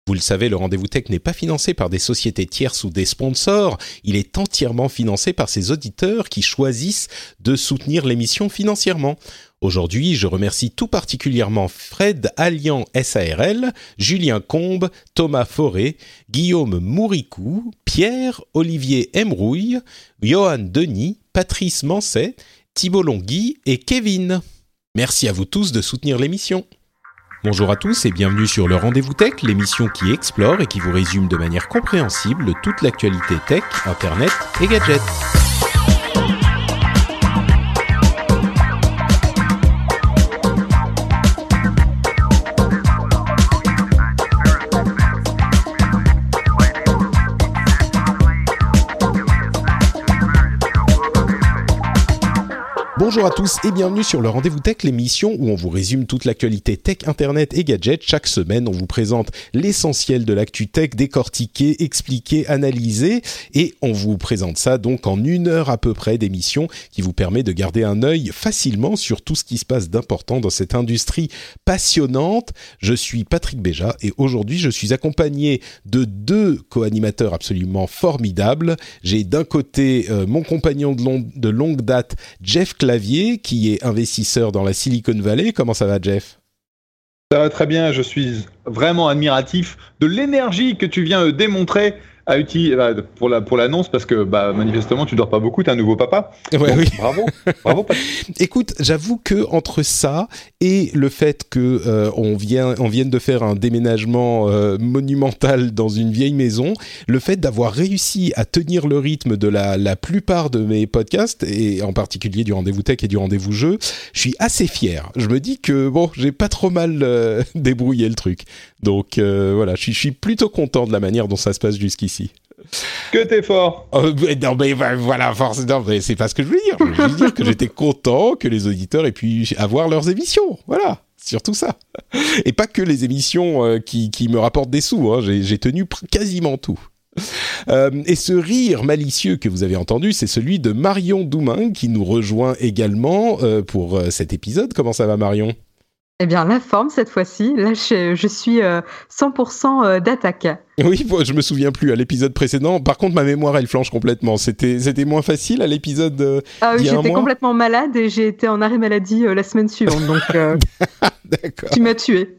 Vous le savez, le Rendez-vous Tech n'est pas financé par des sociétés tierces ou des sponsors. Il est entièrement financé par ses auditeurs qui choisissent de soutenir l'émission financièrement. Aujourd'hui, je remercie tout particulièrement Fred Allian SARL, Julien Combe, Thomas Forêt, Guillaume Mouricou, Pierre-Olivier Emrouille, Johan Denis, Patrice Manset, Thibault Longui et Kevin. Merci à vous tous de soutenir l'émission. Bonjour à tous et bienvenue sur le Rendez-vous Tech, l'émission qui explore et qui vous résume de manière compréhensible toute l'actualité tech, internet et gadgets. Bonjour à tous et bienvenue sur le Rendez-vous Tech, l'émission où on vous résume toute l'actualité tech, internet et gadgets. Chaque semaine, on vous présente l'essentiel de l'actu tech, décortiqué, expliqué, analysé, et on vous présente ça donc en 1 heure à peu près d'émission qui vous permet de garder un œil facilement sur tout ce qui se passe d'important dans cette industrie passionnante. Je suis Patrick Béja et aujourd'hui, je suis accompagné de 2 co-animateurs absolument formidables. J'ai d'un côté mon compagnon de longue date, Jeff Clavier, qui est investisseur dans la Silicon Valley. Comment ça va, Jeff ? Ça va très bien, je suis vraiment admiratif de l'énergie que tu viens démontrer à utiliser pour l'annonce, parce que manifestement tu dors pas beaucoup, t'es un nouveau papa. Ouais, donc, oui. Bravo. Écoute, j'avoue que entre ça et le fait que on vienne de faire un déménagement monumental dans une vieille maison, le fait d'avoir réussi à tenir le rythme de la plupart de mes podcasts, et en particulier du Rendez-vous Tech et du Rendez-vous Jeu, je suis assez fier. Je me dis que j'ai pas trop mal débrouillé le truc. Donc voilà, je suis plutôt content de la manière dont ça se passe jusqu'ici. Que t'es fort. Non mais voilà, forcément, c'est pas ce que je veux dire. Je veux juste dire que j'étais content que les auditeurs aient pu avoir leurs émissions. Voilà, surtout ça. Et pas que les émissions qui me rapportent des sous. Hein. J'ai tenu quasiment tout. Et ce rire malicieux que vous avez entendu, c'est celui de Marion Doumain qui nous rejoint également pour cet épisode. Comment ça va, Marion ? Eh bien, la forme cette fois-ci. Là, je suis 100% d'attaque. Oui, je me souviens plus à l'épisode précédent. Par contre, ma mémoire, elle flanche complètement. C'était moins facile à l'épisode Ah oui, d'il y a un mois. j'étais complètement malade et j'ai été en arrêt maladie la semaine suivante. Donc, D'accord. Tu m'as tué.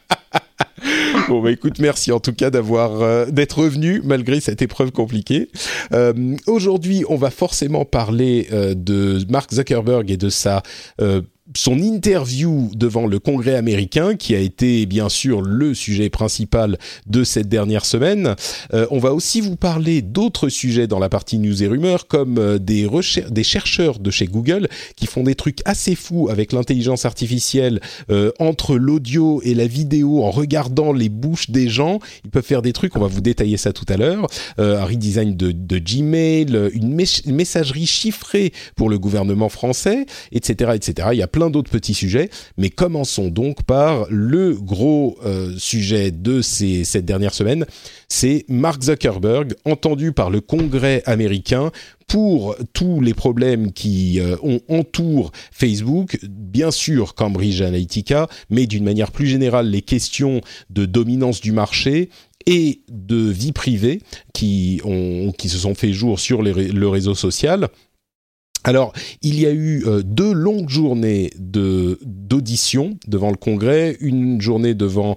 Bon, écoute, merci en tout cas d'être revenu malgré cette épreuve compliquée. Aujourd'hui, on va forcément parler de Mark Zuckerberg et de son interview devant le Congrès américain, qui a été bien sûr le sujet principal de cette dernière semaine. On va aussi vous parler d'autres sujets dans la partie news et rumeurs, comme des chercheurs de chez Google qui font des trucs assez fous avec l'intelligence artificielle entre l'audio et la vidéo en regardant les bouches des gens. Ils peuvent faire des trucs, on va vous détailler ça tout à l'heure. Un redesign de Gmail, une messagerie chiffrée pour le gouvernement français, etc., etc. Il y a plein d'autres petits sujets, mais commençons donc par le gros sujet de cette dernière semaine. C'est Mark Zuckerberg, entendu par le Congrès américain pour tous les problèmes qui entourent Facebook, bien sûr Cambridge Analytica, mais d'une manière plus générale, les questions de dominance du marché et de vie privée qui se sont fait jour sur le réseau social. Alors, il y a eu 2 longues journées d'audition devant le Congrès, une journée devant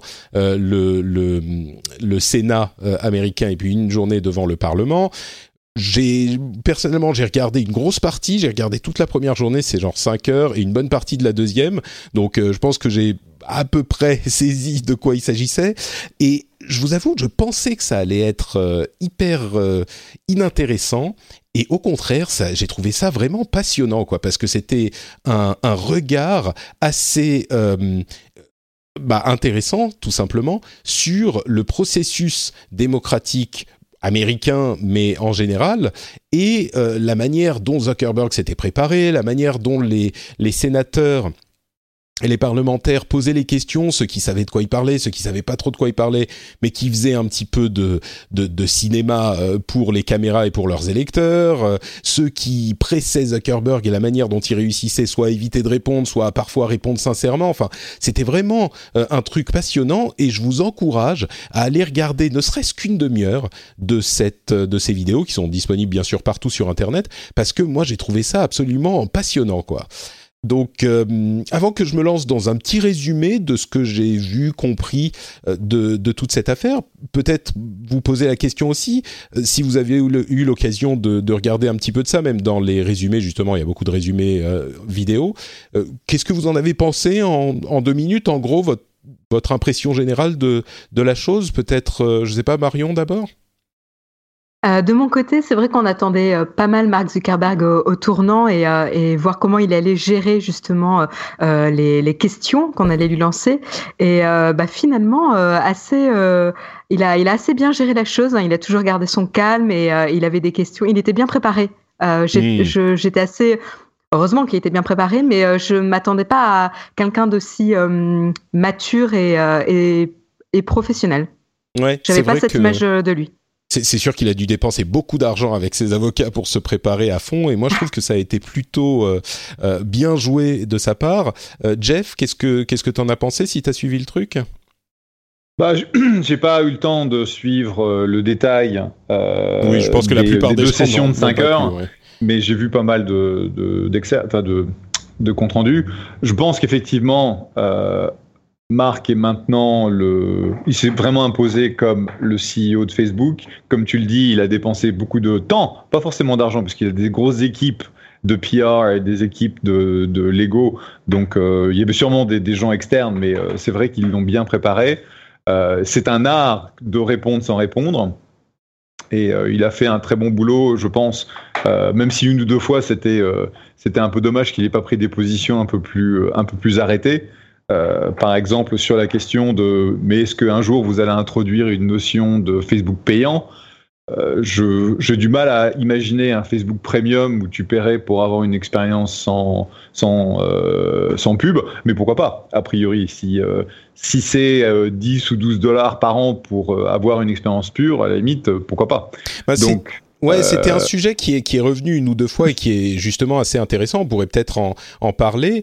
le Sénat américain et puis une journée devant le Parlement. Personnellement, j'ai regardé une grosse partie, j'ai regardé toute la première journée, c'est genre 5 heures, et une bonne partie de la deuxième, donc je pense que j'ai à peu près saisi de quoi il s'agissait, et je vous avoue, je pensais que ça allait être hyper inintéressant, et au contraire, j'ai trouvé ça vraiment passionnant, quoi, parce que c'était un regard assez intéressant, tout simplement, sur le processus démocratique américain, mais en général, et la manière dont Zuckerberg s'était préparé, la manière dont les sénateurs les parlementaires posaient les questions, ceux qui savaient de quoi ils parlaient, ceux qui savaient pas trop de quoi ils parlaient, mais qui faisaient un petit peu de cinéma pour les caméras et pour leurs électeurs, ceux qui pressaient Zuckerberg et la manière dont il réussissait soit à éviter de répondre, soit à parfois répondre sincèrement. Enfin, c'était vraiment un truc passionnant et je vous encourage à aller regarder ne serait-ce qu'une demi-heure de ces vidéos qui sont disponibles bien sûr partout sur Internet parce que moi j'ai trouvé ça absolument passionnant, quoi. Donc, avant que je me lance dans un petit résumé de ce que j'ai vu, compris de toute cette affaire, peut-être vous poser la question aussi, si vous avez eu l'occasion de regarder un petit peu de ça, même dans les résumés, justement, il y a beaucoup de résumés vidéo. Qu'est-ce que vous en avez pensé en 2 minutes, en gros, votre impression générale de la chose? Peut-être, je ne sais pas, Marion d'abord? De mon côté, c'est vrai qu'on attendait pas mal Mark Zuckerberg au tournant et voir comment il allait gérer justement les questions qu'on allait lui lancer. Et finalement, il a assez bien géré la chose. Hein. Il a toujours gardé son calme et il avait des questions. Il était bien préparé. J'étais assez... Heureusement qu'il était bien préparé, mais je m'attendais pas à quelqu'un d'aussi mature et professionnel. Ouais, j'avais pas cette image de lui. C'est sûr qu'il a dû dépenser beaucoup d'argent avec ses avocats pour se préparer à fond, et moi je trouve que ça a été plutôt bien joué de sa part. Jeff, qu'est-ce que t'en as pensé, si t'as suivi le truc? J'ai pas eu le temps de suivre le détail. Oui, je pense que la plupart des 2 sessions de 5 heures, ouais. Mais j'ai vu pas mal de comptes rendus. Je pense qu'effectivement, Mark est maintenant il s'est vraiment imposé comme le CEO de Facebook. Comme tu le dis, il a dépensé beaucoup de temps, pas forcément d'argent, parce qu'il a des grosses équipes de PR et des équipes de Lego. Donc, il y avait sûrement des gens externes, mais c'est vrai qu'ils l'ont bien préparé. C'est un art de répondre sans répondre. Et il a fait un très bon boulot, je pense, même si 1 ou 2 fois c'était un peu dommage qu'il n'ait pas pris des positions un peu plus arrêtées. Par exemple, sur la question mais est-ce qu'un jour vous allez introduire une notion de Facebook payant? J'ai du mal à imaginer un Facebook Premium où tu paierais pour avoir une expérience sans pub, mais pourquoi pas? A priori, si c'est 10 ou 12 $ par an pour avoir une expérience pure, à la limite, pourquoi pas? Donc, ouais, c'était un sujet qui est revenu 1 ou 2 fois et qui est justement assez intéressant. On pourrait peut-être en parler.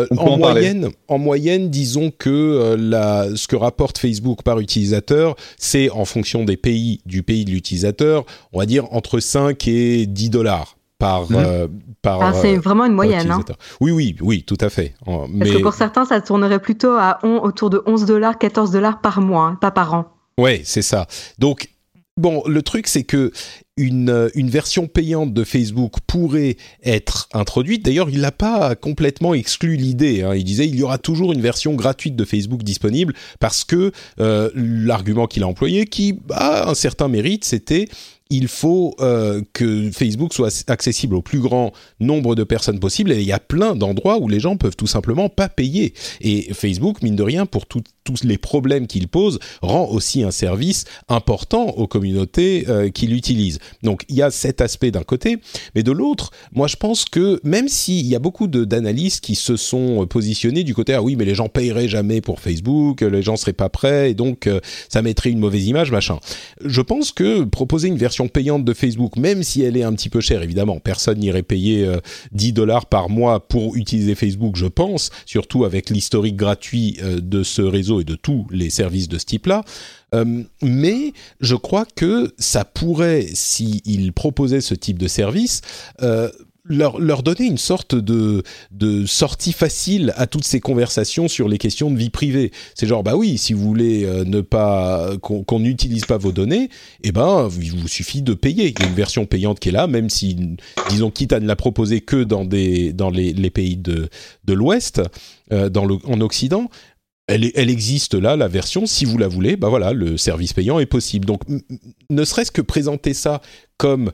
En moyenne, disons que ce que rapporte Facebook par utilisateur, c'est en fonction du pays de l'utilisateur, on va dire entre 5 et 10 $ c'est vraiment une moyenne. Hein. Oui, tout à fait. Parce que pour certains, ça tournerait plutôt autour de 11 $, 14 $ par mois, hein, pas par an. Ouais, c'est ça. Donc, bon, le truc, c'est que une version payante de Facebook pourrait être introduite. D'ailleurs, il n'a pas complètement exclu l'idée. Hein. Il disait il y aura toujours une version gratuite de Facebook disponible parce que l'argument qu'il a employé, qui a un certain mérite, c'était il faut que Facebook soit accessible au plus grand nombre de personnes possible. Et il y a plein d'endroits où les gens peuvent tout simplement pas payer. Et Facebook, mine de rien, pour tous les problèmes qu'il pose, rend aussi un service important aux communautés qui l'utilisent. Donc, il y a cet aspect d'un côté. Mais de l'autre, moi, je pense que même s'il y a beaucoup d'analystes qui se sont positionnés du côté « Ah oui, mais les gens paieraient jamais pour Facebook, les gens seraient pas prêts, et donc ça mettrait une mauvaise image, machin. » Je pense que proposer une version payante de Facebook, même si elle est un petit peu chère, évidemment, personne n'irait payer 10 $ par mois pour utiliser Facebook, je pense, surtout avec l'historique gratuit de ce réseau et de tous les services de ce type-là. Mais je crois que ça pourrait, s'ils proposaient ce type de service, leur donner une sorte de sortie facile à toutes ces conversations sur les questions de vie privée. C'est genre, bah oui, si vous voulez ne pas qu'on n'utilise pas vos données, eh ben, il vous suffit de payer. Il y a une version payante qui est là, même si, disons, quitte à ne la proposer que dans les pays de l'Ouest, en Occident. Elle existe là, la version, si vous la voulez, bah voilà, le service payant est possible. Donc, ne serait-ce que présenter ça comme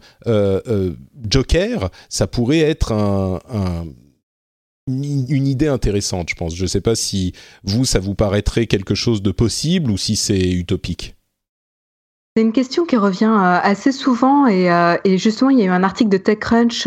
Joker, ça pourrait être une idée intéressante, je pense. Je ne sais pas si ça vous paraîtrait quelque chose de possible ou si c'est utopique. C'est une question qui revient assez souvent et justement, il y a eu un article de TechCrunch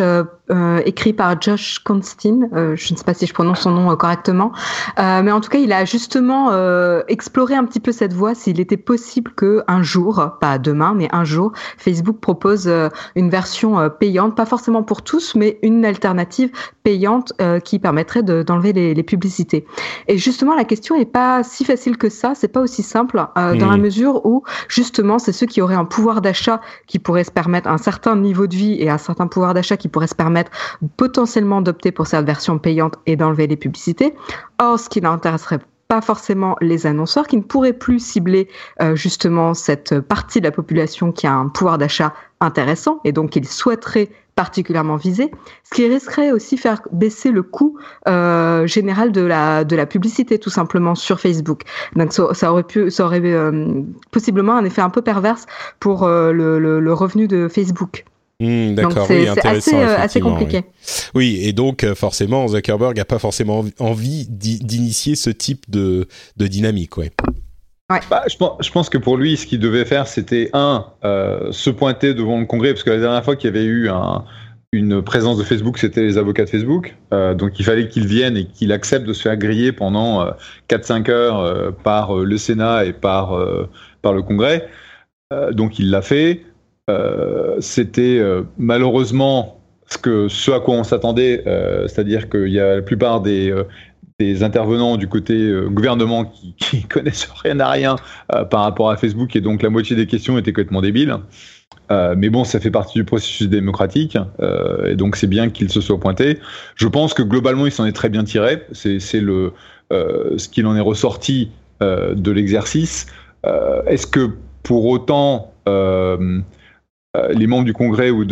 écrit par Josh Constine. Je ne sais pas si je prononce son nom correctement, mais en tout cas, il a justement exploré un petit peu cette voie, s'il était possible que un jour, pas demain, mais un jour, Facebook propose une version payante, pas forcément pour tous, mais une alternative payante qui permettrait d'enlever les publicités. Et justement, la question est pas si facile que ça, c'est pas aussi simple dans la mesure où justement, c'est ceux qui auraient un pouvoir d'achat qui pourraient se permettre un certain niveau de vie et un certain pouvoir d'achat qui pourrait se permettre potentiellement d'opter pour cette version payante et d'enlever les publicités. Or, ce qui n'intéresserait pas forcément les annonceurs qui ne pourraient plus cibler justement cette partie de la population qui a un pouvoir d'achat intéressant et donc qu'ils souhaiteraient particulièrement viser, ce qui risquerait aussi faire baisser le coût général de la publicité tout simplement sur Facebook. Donc ça aurait possiblement un effet un peu perverse pour le revenu de Facebook. D'accord, donc c'est assez compliqué. Oui, et donc forcément Zuckerberg n'a pas forcément envie d'initier ce type de dynamique, ouais. Ouais. Bah, je pense que pour lui, ce qu'il devait faire, c'était se pointer devant le Congrès, parce que la dernière fois qu'il y avait eu une présence de Facebook, c'était les avocats de Facebook. Donc il fallait qu'il vienne et qu'il accepte de se faire griller pendant 4-5 heures par le Sénat et par le Congrès. Donc il l'a fait. C'était malheureusement ce à quoi on s'attendait, c'est-à-dire qu'il y a la plupart des intervenants du côté gouvernement qui connaissent rien à rien par rapport à Facebook, et donc la moitié des questions étaient complètement débiles. Mais bon, ça fait partie du processus démocratique, et donc c'est bien qu'il se soit pointé. Je pense que globalement, il s'en est très bien tiré. C'est ce qu'il en est ressorti de l'exercice. Est-ce que pour autant les membres du Congrès ou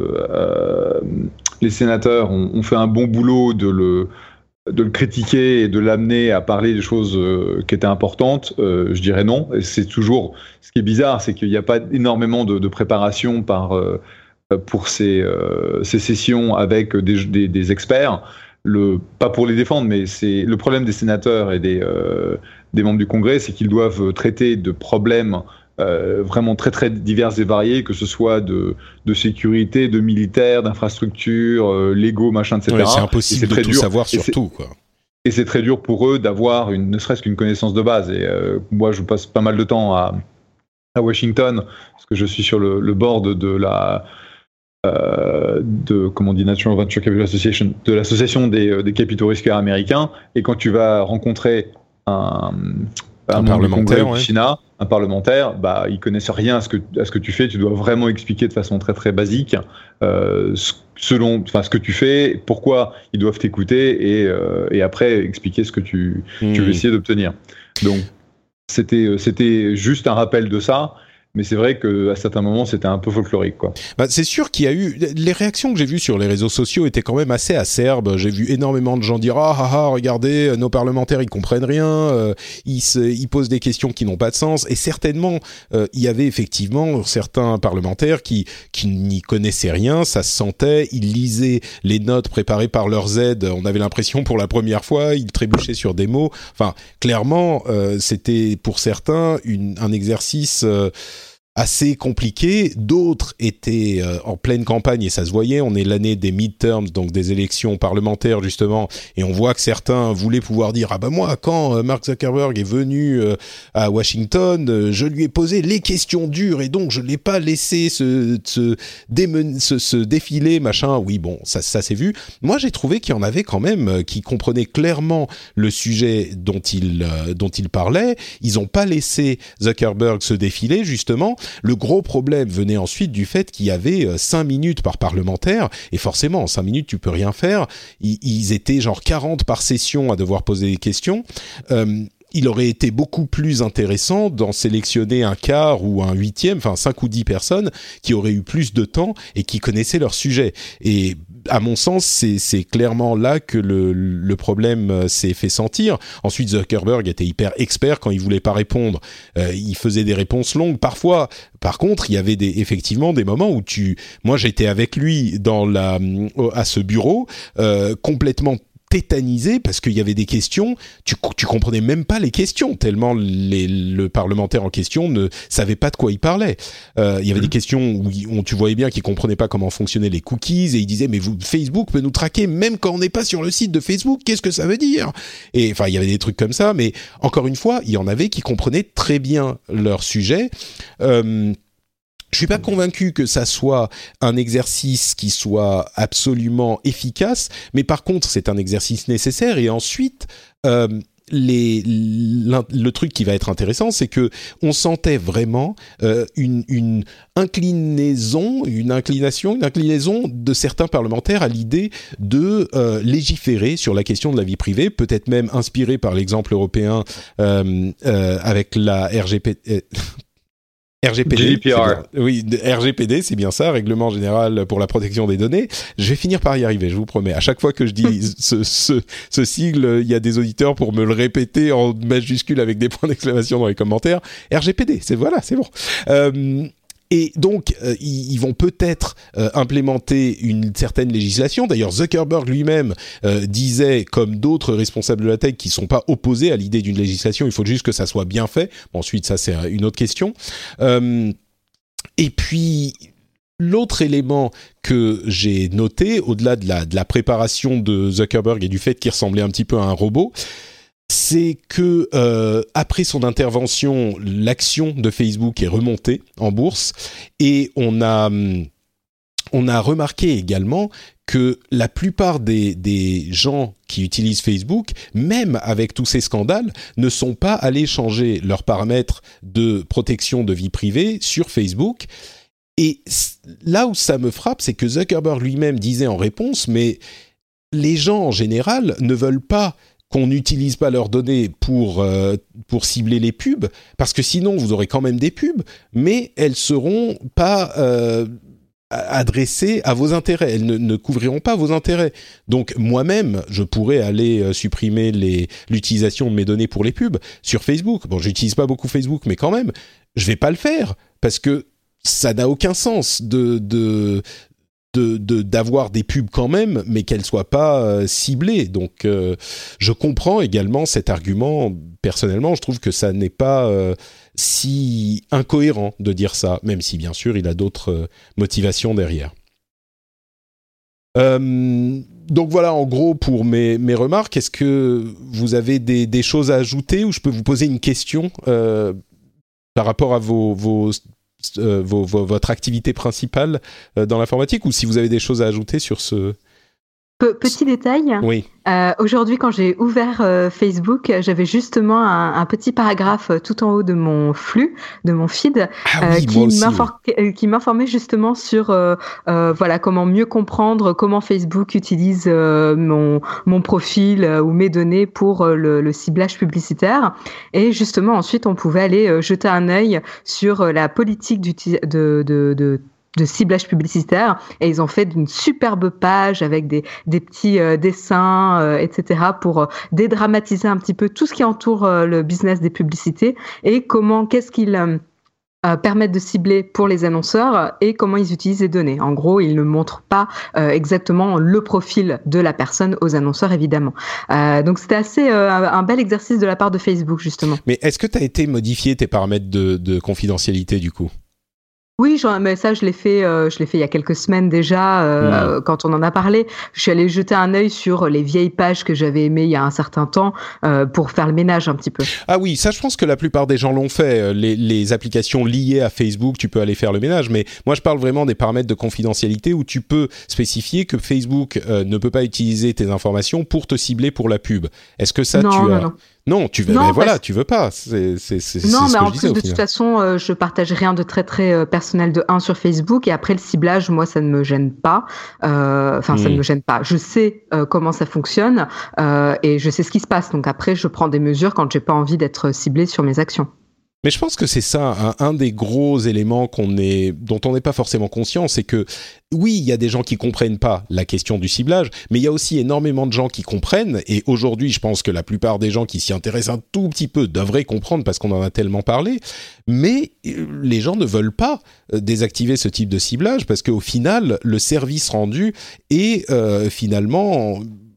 les sénateurs ont fait un bon boulot de le critiquer et de l'amener à parler des choses qui étaient importantes? Je dirais non. Et c'est toujours ce qui est bizarre, c'est qu'il n'y a pas énormément de préparation pour ces sessions avec des experts. Pas pour les défendre, mais c'est le problème des sénateurs et des membres du Congrès, c'est qu'ils doivent traiter de problèmes vraiment très très divers et variés, que ce soit de sécurité, de militaire, d'infrastructure, légaux, machin, etc. Ouais, c'est impossible de tout savoir sur tout, quoi. Et c'est très dur pour eux d'avoir ne serait-ce qu'une connaissance de base. Et moi, je passe pas mal de temps à Washington, parce que je suis sur le board de la comment on dit, National Venture Capital Association, de l'association des capitaux risqueurs américains. Et quand tu vas rencontrer un parlementaire, du Sénat, un parlementaire, bah, ils connaissent rien à ce que tu fais. Tu dois vraiment expliquer de façon très très basique ce que tu fais, pourquoi ils doivent t'écouter, et après expliquer ce que tu veux essayer d'obtenir. Donc c'était juste un rappel de ça. Mais c'est vrai qu'à certains moments, c'était un peu folklorique, quoi. Bah, c'est sûr qu'il y a eu... Les réactions que j'ai vues sur les réseaux sociaux étaient quand même assez acerbes. J'ai vu énormément de gens dire « Ah, regardez, nos parlementaires, ils comprennent rien. Ils posent des questions qui n'ont pas de sens. » Et certainement, il y avait effectivement certains parlementaires qui n'y connaissaient rien. Ça se sentait. Ils lisaient les notes préparées par leurs aides. On avait l'impression pour la première fois. Ils trébuchaient sur des mots. Enfin, clairement, c'était pour certains un exercice... assez compliqué. D'autres étaient en pleine campagne et ça se voyait. On est l'année des midterms, donc des élections parlementaires justement, et on voit que certains voulaient pouvoir dire « Ah ben moi, quand Mark Zuckerberg est venu à Washington, je lui ai posé les questions dures et donc je l'ai pas laissé se défiler, machin. » Oui, bon, ça s'est vu. Moi, j'ai trouvé qu'il y en avait quand même qui comprenaient clairement le sujet dont il parlait. Ils ont pas laissé Zuckerberg se défiler, justement. Le gros problème venait ensuite du fait qu'il y avait 5 minutes par parlementaire, et forcément, en 5 minutes, tu peux rien faire. Ils étaient genre 40 par session à devoir poser des questions. Il aurait été beaucoup plus intéressant d'en sélectionner un quart ou un huitième, enfin 5 ou 10 personnes qui auraient eu plus de temps et qui connaissaient leur sujet. Et à mon sens, c'est clairement là que le problème s'est fait sentir. Ensuite, Zuckerberg était hyper expert quand il voulait pas répondre. Il faisait des réponses longues. Parfois, par contre, il y avait effectivement des moments où moi j'étais avec lui à ce bureau, complètement tétanisé parce qu'il y avait des questions, tu comprenais même pas les questions tellement le parlementaire en question ne savait pas de quoi il parlait. Il y avait des questions où tu voyais bien qu'il comprenait pas comment fonctionnaient les cookies et il disait mais Facebook peut nous traquer même quand on n'est pas sur le site de Facebook, qu'est-ce que ça veut dire? Et enfin il y avait des trucs comme ça, mais encore une fois il y en avait qui comprenaient très bien leur sujet. Je suis pas convaincu que ça soit un exercice qui soit absolument efficace, mais par contre, c'est un exercice nécessaire. Et ensuite, le truc qui va être intéressant, c'est que on sentait vraiment une inclinaison de certains parlementaires à l'idée de légiférer sur la question de la vie privée, peut-être même inspiré par l'exemple européen avec la RGPD, GDPR. oui, RGPD, c'est bien ça, Règlement général pour la protection des données. Je vais finir par y arriver, je vous promets. À chaque fois que je dis ce sigle, il y a des auditeurs pour me le répéter en majuscule avec des points d'exclamation dans les commentaires. RGPD, c'est bon. Et donc, ils vont peut-être implémenter une certaine législation. D'ailleurs, Zuckerberg lui-même disait, comme d'autres responsables de la tech qui sont pas opposés à l'idée d'une législation, il faut juste que ça soit bien fait. Bon, ensuite, ça, c'est une autre question. Et puis, l'autre élément que j'ai noté, au-delà de la préparation de Zuckerberg et du fait qu'il ressemblait un petit peu à un robot, c'est que après son intervention, l'action de Facebook est remontée en bourse et on a remarqué également que la plupart des gens qui utilisent Facebook, même avec tous ces scandales, ne sont pas allés changer leurs paramètres de protection de vie privée sur Facebook. Et là où ça me frappe, c'est que Zuckerberg lui-même disait en réponse, mais les gens en général ne veulent pas qu'on n'utilise pas leurs données pour cibler les pubs, parce que sinon vous aurez quand même des pubs, mais elles seront pas adressées à vos intérêts, elles ne couvriront pas vos intérêts. Donc moi-même, je pourrais aller supprimer l'utilisation de mes données pour les pubs sur Facebook. Bon, j'utilise pas beaucoup Facebook, mais quand même, je vais pas le faire, parce que ça n'a aucun sens d'avoir des pubs quand même, mais qu'elles soient pas ciblées. Donc, je comprends également cet argument. Personnellement, je trouve que ça n'est pas si incohérent de dire ça, même si bien sûr il a d'autres motivations derrière. Donc voilà, en gros pour mes remarques. Est-ce que vous avez des choses à ajouter ou je peux vous poser une question par rapport à votre activité principale dans l'informatique, ou si vous avez des choses à ajouter sur ce... Petit détail. Oui. Aujourd'hui, quand j'ai ouvert Facebook, j'avais justement un petit paragraphe tout en haut de mon flux, de mon feed, qui m'informait justement sur voilà comment mieux comprendre comment Facebook utilise mon profil ou mes données pour le ciblage publicitaire. Et justement, ensuite, on pouvait aller jeter un œil sur la politique de ciblage publicitaire, et ils ont fait une superbe page avec des petits dessins, etc. pour dédramatiser un petit peu tout ce qui entoure le business des publicités et qu'est-ce qu'ils permettent de cibler pour les annonceurs et comment ils utilisent les données. En gros, ils ne montrent pas exactement le profil de la personne aux annonceurs, évidemment. Donc, c'était assez un bel exercice de la part de Facebook, justement. Mais est-ce que tu as été modifier tes paramètres de confidentialité, du coup ? Oui, mais ça, je l'ai fait il y a quelques semaines déjà, quand on en a parlé. Je suis allée jeter un œil sur les vieilles pages que j'avais aimées il y a un certain temps pour faire le ménage un petit peu. Ah oui, ça, je pense que la plupart des gens l'ont fait. Les applications liées à Facebook, tu peux aller faire le ménage. Mais moi, je parle vraiment des paramètres de confidentialité où tu peux spécifier que Facebook ne peut pas utiliser tes informations pour te cibler pour la pub. Est-ce que ça, Non, tu veux, voilà, tu veux pas. C'est non, mais ce en plus, de toute façon, je partage rien de très très personnel de 1 sur Facebook, et après le ciblage, moi, ça ne me gêne pas. Ça ne me gêne pas. Je sais comment ça fonctionne et je sais ce qui se passe. Donc après, je prends des mesures quand j'ai pas envie d'être ciblée sur mes actions. Mais je pense que c'est ça, un des gros éléments dont on n'est pas forcément conscient, c'est que oui, il y a des gens qui comprennent pas la question du ciblage, mais il y a aussi énormément de gens qui comprennent, et aujourd'hui, je pense que la plupart des gens qui s'y intéressent un tout petit peu devraient comprendre parce qu'on en a tellement parlé, mais les gens ne veulent pas désactiver ce type de ciblage parce qu'au final, le service rendu est finalement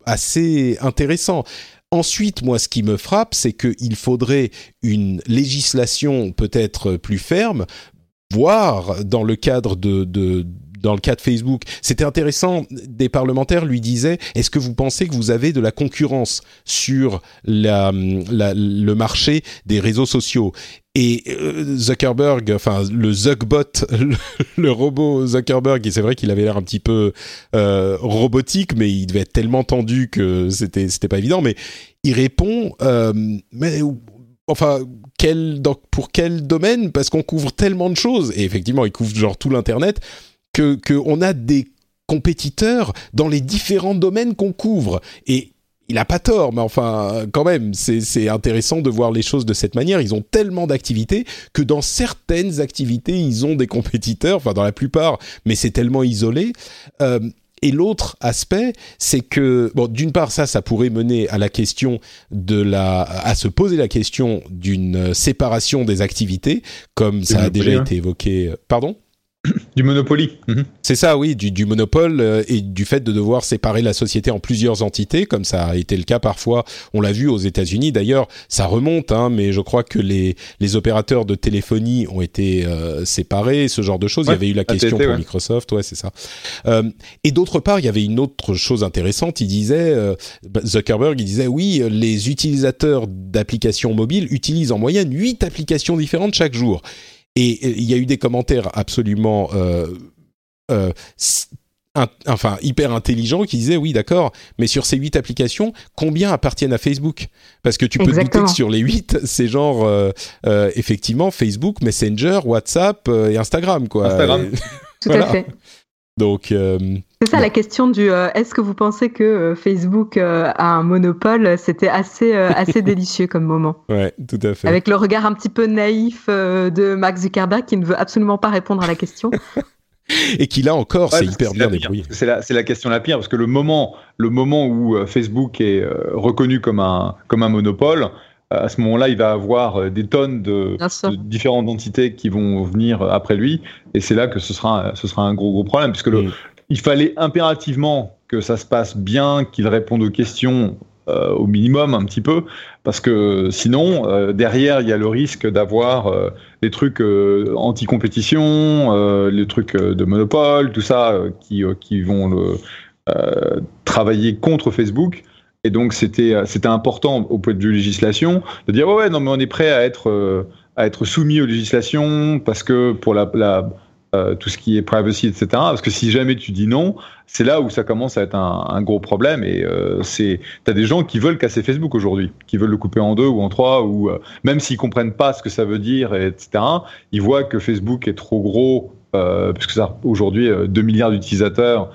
assez intéressant. Ensuite, moi, ce qui me frappe, c'est qu'il faudrait une législation peut-être plus ferme, voire dans le cadre dans le cas de Facebook. C'était intéressant, des parlementaires lui disaient « Est-ce que vous pensez que vous avez de la concurrence sur le marché des réseaux sociaux ?» Et Zuckerberg, enfin le Zuckbot, le robot Zuckerberg, et c'est vrai qu'il avait l'air un petit peu robotique, mais il devait être tellement tendu que c'était pas évident. Mais il répond, pour quel domaine ? Parce qu'on couvre tellement de choses, et effectivement, il couvre genre tout l'internet, que on a des compétiteurs dans les différents domaines qu'on couvre. Et il a pas tort, mais enfin, quand même, c'est intéressant de voir les choses de cette manière. Ils ont tellement d'activités que dans certaines activités, ils ont des compétiteurs, enfin dans la plupart, mais c'est tellement isolé. Et l'autre aspect, c'est que, bon, d'une part, ça pourrait mener à la question à se poser la question d'une séparation des activités, comme ça a déjà été évoqué. Pardon ? Du Monopoly. C'est ça, oui, du monopole et du fait de devoir séparer la société en plusieurs entités, comme ça a été le cas parfois. On l'a vu aux États-Unis. D'ailleurs, ça remonte, mais je crois que les opérateurs de téléphonie ont été séparés, ce genre de choses. Ouais, il y avait eu la question pour Microsoft, ouais, c'est ça. Et d'autre part, il y avait une autre chose intéressante. Il disait, Zuckerberg, il disait, oui, les utilisateurs d'applications mobiles utilisent en moyenne 8 applications différentes chaque jour. Et il y a eu des commentaires absolument hyper intelligents qui disaient oui d'accord, mais sur ces 8 applications, combien appartiennent à Facebook ? Parce que tu peux te douter que sur les 8, c'est genre effectivement Facebook, Messenger, WhatsApp et Instagram quoi. Instagram. Tout à fait. Donc c'est ça la question du est-ce que vous pensez que Facebook a un monopole ? C'était assez délicieux comme moment. Ouais, tout à fait. Avec le regard un petit peu naïf de Mark Zuckerberg qui ne veut absolument pas répondre à la question. Et qui là encore, c'est hyper bien débrouillé. C'est la question la pire parce que le moment où Facebook est reconnu comme un monopole, à ce moment-là, il va avoir des tonnes de différentes entités qui vont venir après lui, et c'est là que ce sera un gros problème, puisque il fallait impérativement que ça se passe bien, qu'il réponde aux questions au minimum un petit peu, parce que sinon, derrière, il y a le risque d'avoir les trucs anti-compétition, les trucs de monopole, tout ça, qui vont travailler contre Facebook. Et donc c'était important au point de vue législation de dire ouais non mais on est prêt à être soumis aux législations parce que pour tout ce qui est privacy etc. Parce que si jamais tu dis non, c'est là où ça commence à être un gros problème et t'as des gens qui veulent casser Facebook aujourd'hui, qui veulent le couper en 2 ou en 3 ou même s'ils comprennent pas ce que ça veut dire etc. Ils voient que Facebook est trop gros puisque ça aujourd'hui 2 milliards d'utilisateurs.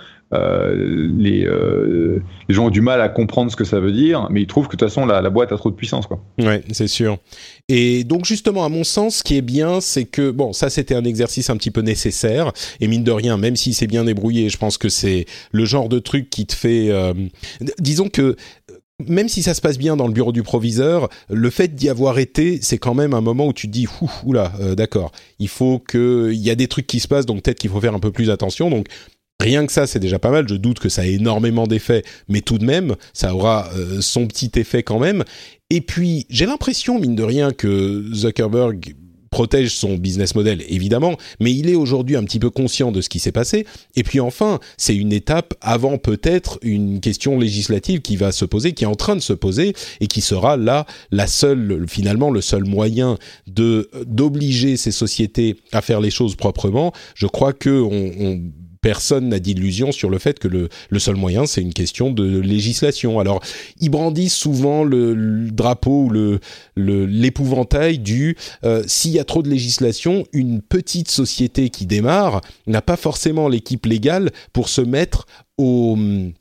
Les gens ont du mal à comprendre ce que ça veut dire, mais ils trouvent que de toute façon la boîte a trop de puissance, quoi. Ouais, c'est sûr. Et donc justement, à mon sens, ce qui est bien, c'est que bon, ça c'était un exercice un petit peu nécessaire. Et mine de rien, même si c'est bien débrouillé, je pense que c'est le genre de truc qui te fait, disons que. Même si ça se passe bien dans le bureau du proviseur, le fait d'y avoir été, c'est quand même un moment où tu te dis oula, d'accord, il y a des trucs qui se passent, donc peut-être qu'il faut faire un peu plus attention. Donc rien que ça, c'est déjà pas mal. Je doute que ça ait énormément d'effets, mais tout de même, ça aura son petit effet quand même. Et puis, j'ai l'impression, mine de rien, que Zuckerberg protège son business model, évidemment, mais il est aujourd'hui un petit peu conscient de ce qui s'est passé. Et puis enfin, c'est une étape avant peut-être une question législative qui va se poser, qui est en train de se poser, et qui sera là finalement le seul moyen d'obliger ces sociétés à faire les choses proprement. Je crois que personne n'a d'illusion sur le fait que le seul moyen, c'est une question de législation. Alors, ils brandissent souvent le drapeau ou l'épouvantail du s'il y a trop de législation, une petite société qui démarre n'a pas forcément l'équipe légale pour se mettre en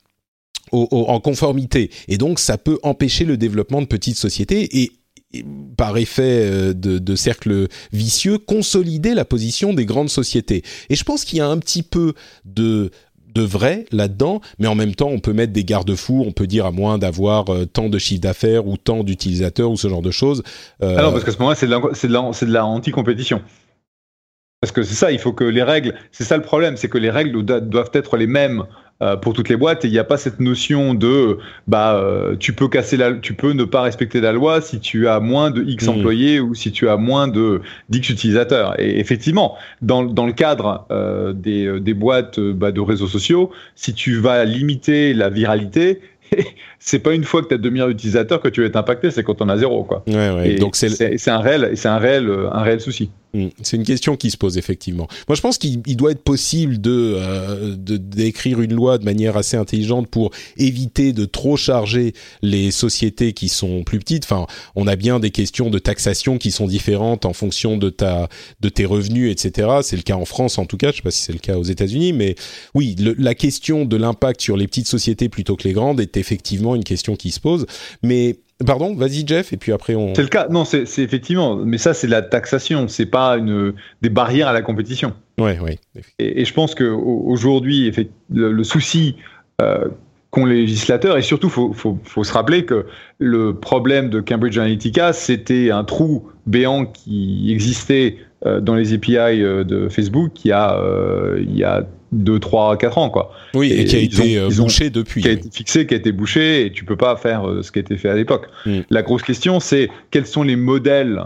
conformité. Et donc, ça peut empêcher le développement de petites sociétés et par effet de cercle vicieux, consolider la position des grandes sociétés. Et je pense qu'il y a un petit peu de vrai là-dedans, mais en même temps, on peut mettre des garde-fous, on peut dire à moins d'avoir tant de chiffre d'affaires ou tant d'utilisateurs ou ce genre de choses. Ah non, parce qu'à ce moment-là, c'est de la anti-compétition. Parce que c'est ça, il faut que les règles, c'est ça le problème, c'est que les règles doivent être les mêmes pour toutes les boîtes, et il n'y a pas cette notion de tu peux ne pas respecter la loi si tu as moins de X employés ou si tu as moins de d'X utilisateurs. Et effectivement, dans le cadre des boîtes de réseaux sociaux, si tu vas limiter la viralité, c'est pas une fois que tu as 2 millions d'utilisateurs que tu vas être impacté, c'est quand on a 0, quoi. Ouais. Donc c'est un réel souci. C'est une question qui se pose effectivement. Moi, je pense qu'il doit être possible d'écrire une loi de manière assez intelligente pour éviter de trop charger les sociétés qui sont plus petites. Enfin, on a bien des questions de taxation qui sont différentes en fonction de tes revenus, etc. C'est le cas en France, en tout cas. Je sais pas si c'est le cas aux États-Unis, mais oui, la question de l'impact sur les petites sociétés plutôt que les grandes est effectivement une question qui se pose. Mais pardon, vas-y Jeff, et puis après on... C'est le cas, non, c'est effectivement, mais ça c'est la taxation, c'est pas des barrières à la compétition. Ouais. Et je pense qu'aujourd'hui, le souci qu'ont les législateurs, et surtout faut se rappeler que le problème de Cambridge Analytica, c'était un trou béant qui existait dans les API de Facebook il y a 2, 3, 4 ans, quoi. Oui, et qui a été bouché depuis. Qui a été fixé, qui a été bouché, et tu peux pas faire ce qui a été fait à l'époque. La grosse question, c'est quels sont les modèles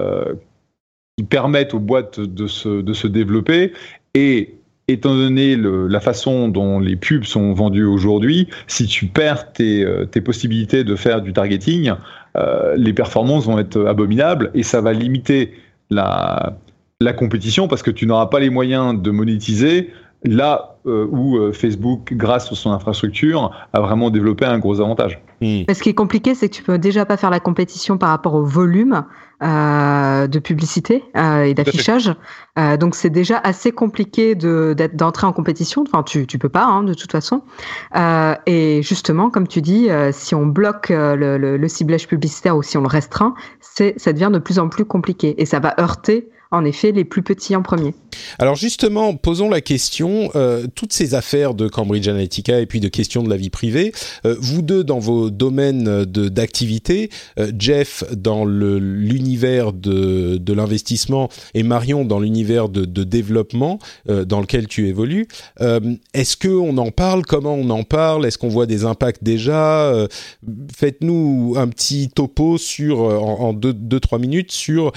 qui permettent aux boîtes de se développer, et étant donné la façon dont les pubs sont vendues aujourd'hui, si tu perds tes possibilités de faire du targeting, les performances vont être abominables, et ça va limiter la compétition, parce que tu n'auras pas les moyens de monétiser là où Facebook, grâce à son infrastructure, a vraiment développé un gros avantage. Ce qui est compliqué, c'est que tu peux déjà pas faire la compétition par rapport au volume de publicité et d'affichage. Donc c'est déjà assez compliqué d'entrer en compétition. Enfin, tu peux pas, de toute façon. Et justement, comme tu dis, si on bloque le ciblage publicitaire ou si on le restreint, ça devient de plus en plus compliqué et ça va heurter en effet les plus petits en premier. Alors justement, posons la question, toutes ces affaires de Cambridge Analytica et puis de questions de la vie privée, vous deux dans vos domaines d'activité, Jeff dans l'univers de l'investissement et Marion dans l'univers de développement dans lequel tu évolues, est-ce qu'on en parle? Comment on en parle? Est-ce qu'on voit des impacts déjà? Faites-nous un petit topo en 2-3 minutes sur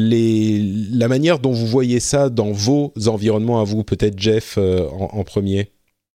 la manière dont vous voyez ça dans vos environnements à vous, peut-être Jeff en premier.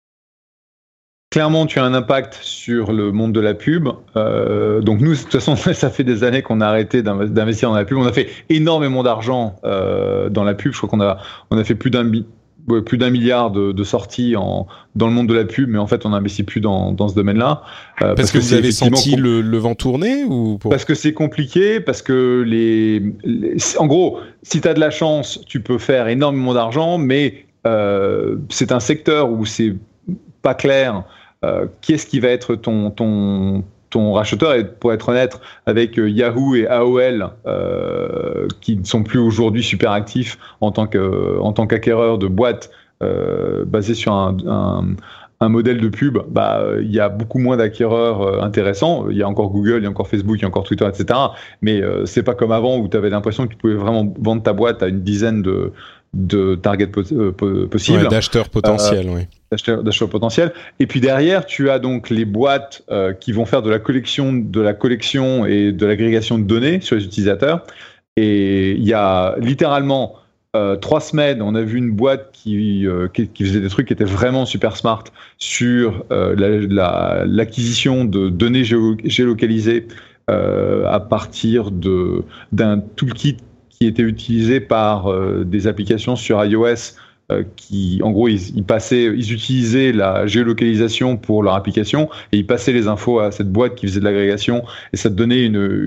Clairement, tu as un impact sur le monde de la pub. Donc nous, de toute façon, ça fait des années qu'on a arrêté d'investir dans la pub. On a fait énormément d'argent dans la pub. Je crois qu'on a fait plus d'1 milliard de sorties dans le monde de la pub, mais en fait, on n'investit plus dans ce domaine-là. Parce que vous avez senti le vent tourner ou Parce que c'est compliqué, parce que en gros, si tu as de la chance, tu peux faire énormément d'argent, mais c'est un secteur où c'est pas clair qui est-ce qui va être ton racheteur. Et pour être honnête, avec Yahoo et AOL qui ne sont plus aujourd'hui super actifs en tant qu'acquéreurs de boîtes basés sur un modèle de pub, il y a beaucoup moins d'acquéreurs intéressants. Il y a encore Google, il y a encore Facebook, il y a encore Twitter, etc. Mais c'est pas comme avant où tu avais l'impression que tu pouvais vraiment vendre ta boîte à une dizaine de targets possibles. Ouais, d'acheteurs potentiels, oui. D'acheteurs potentiels. Et puis derrière, tu as donc les boîtes qui vont faire de la collection et de l'agrégation de données sur les utilisateurs. Et il y a littéralement 3 semaines, on a vu une boîte qui faisait des trucs qui étaient vraiment super smart sur l'acquisition de données géolocalisées à partir d'un toolkit qui était utilisé par des applications sur iOS qui, en gros, ils utilisaient la géolocalisation pour leur application et ils passaient les infos à cette boîte qui faisait de l'agrégation et ça te donnait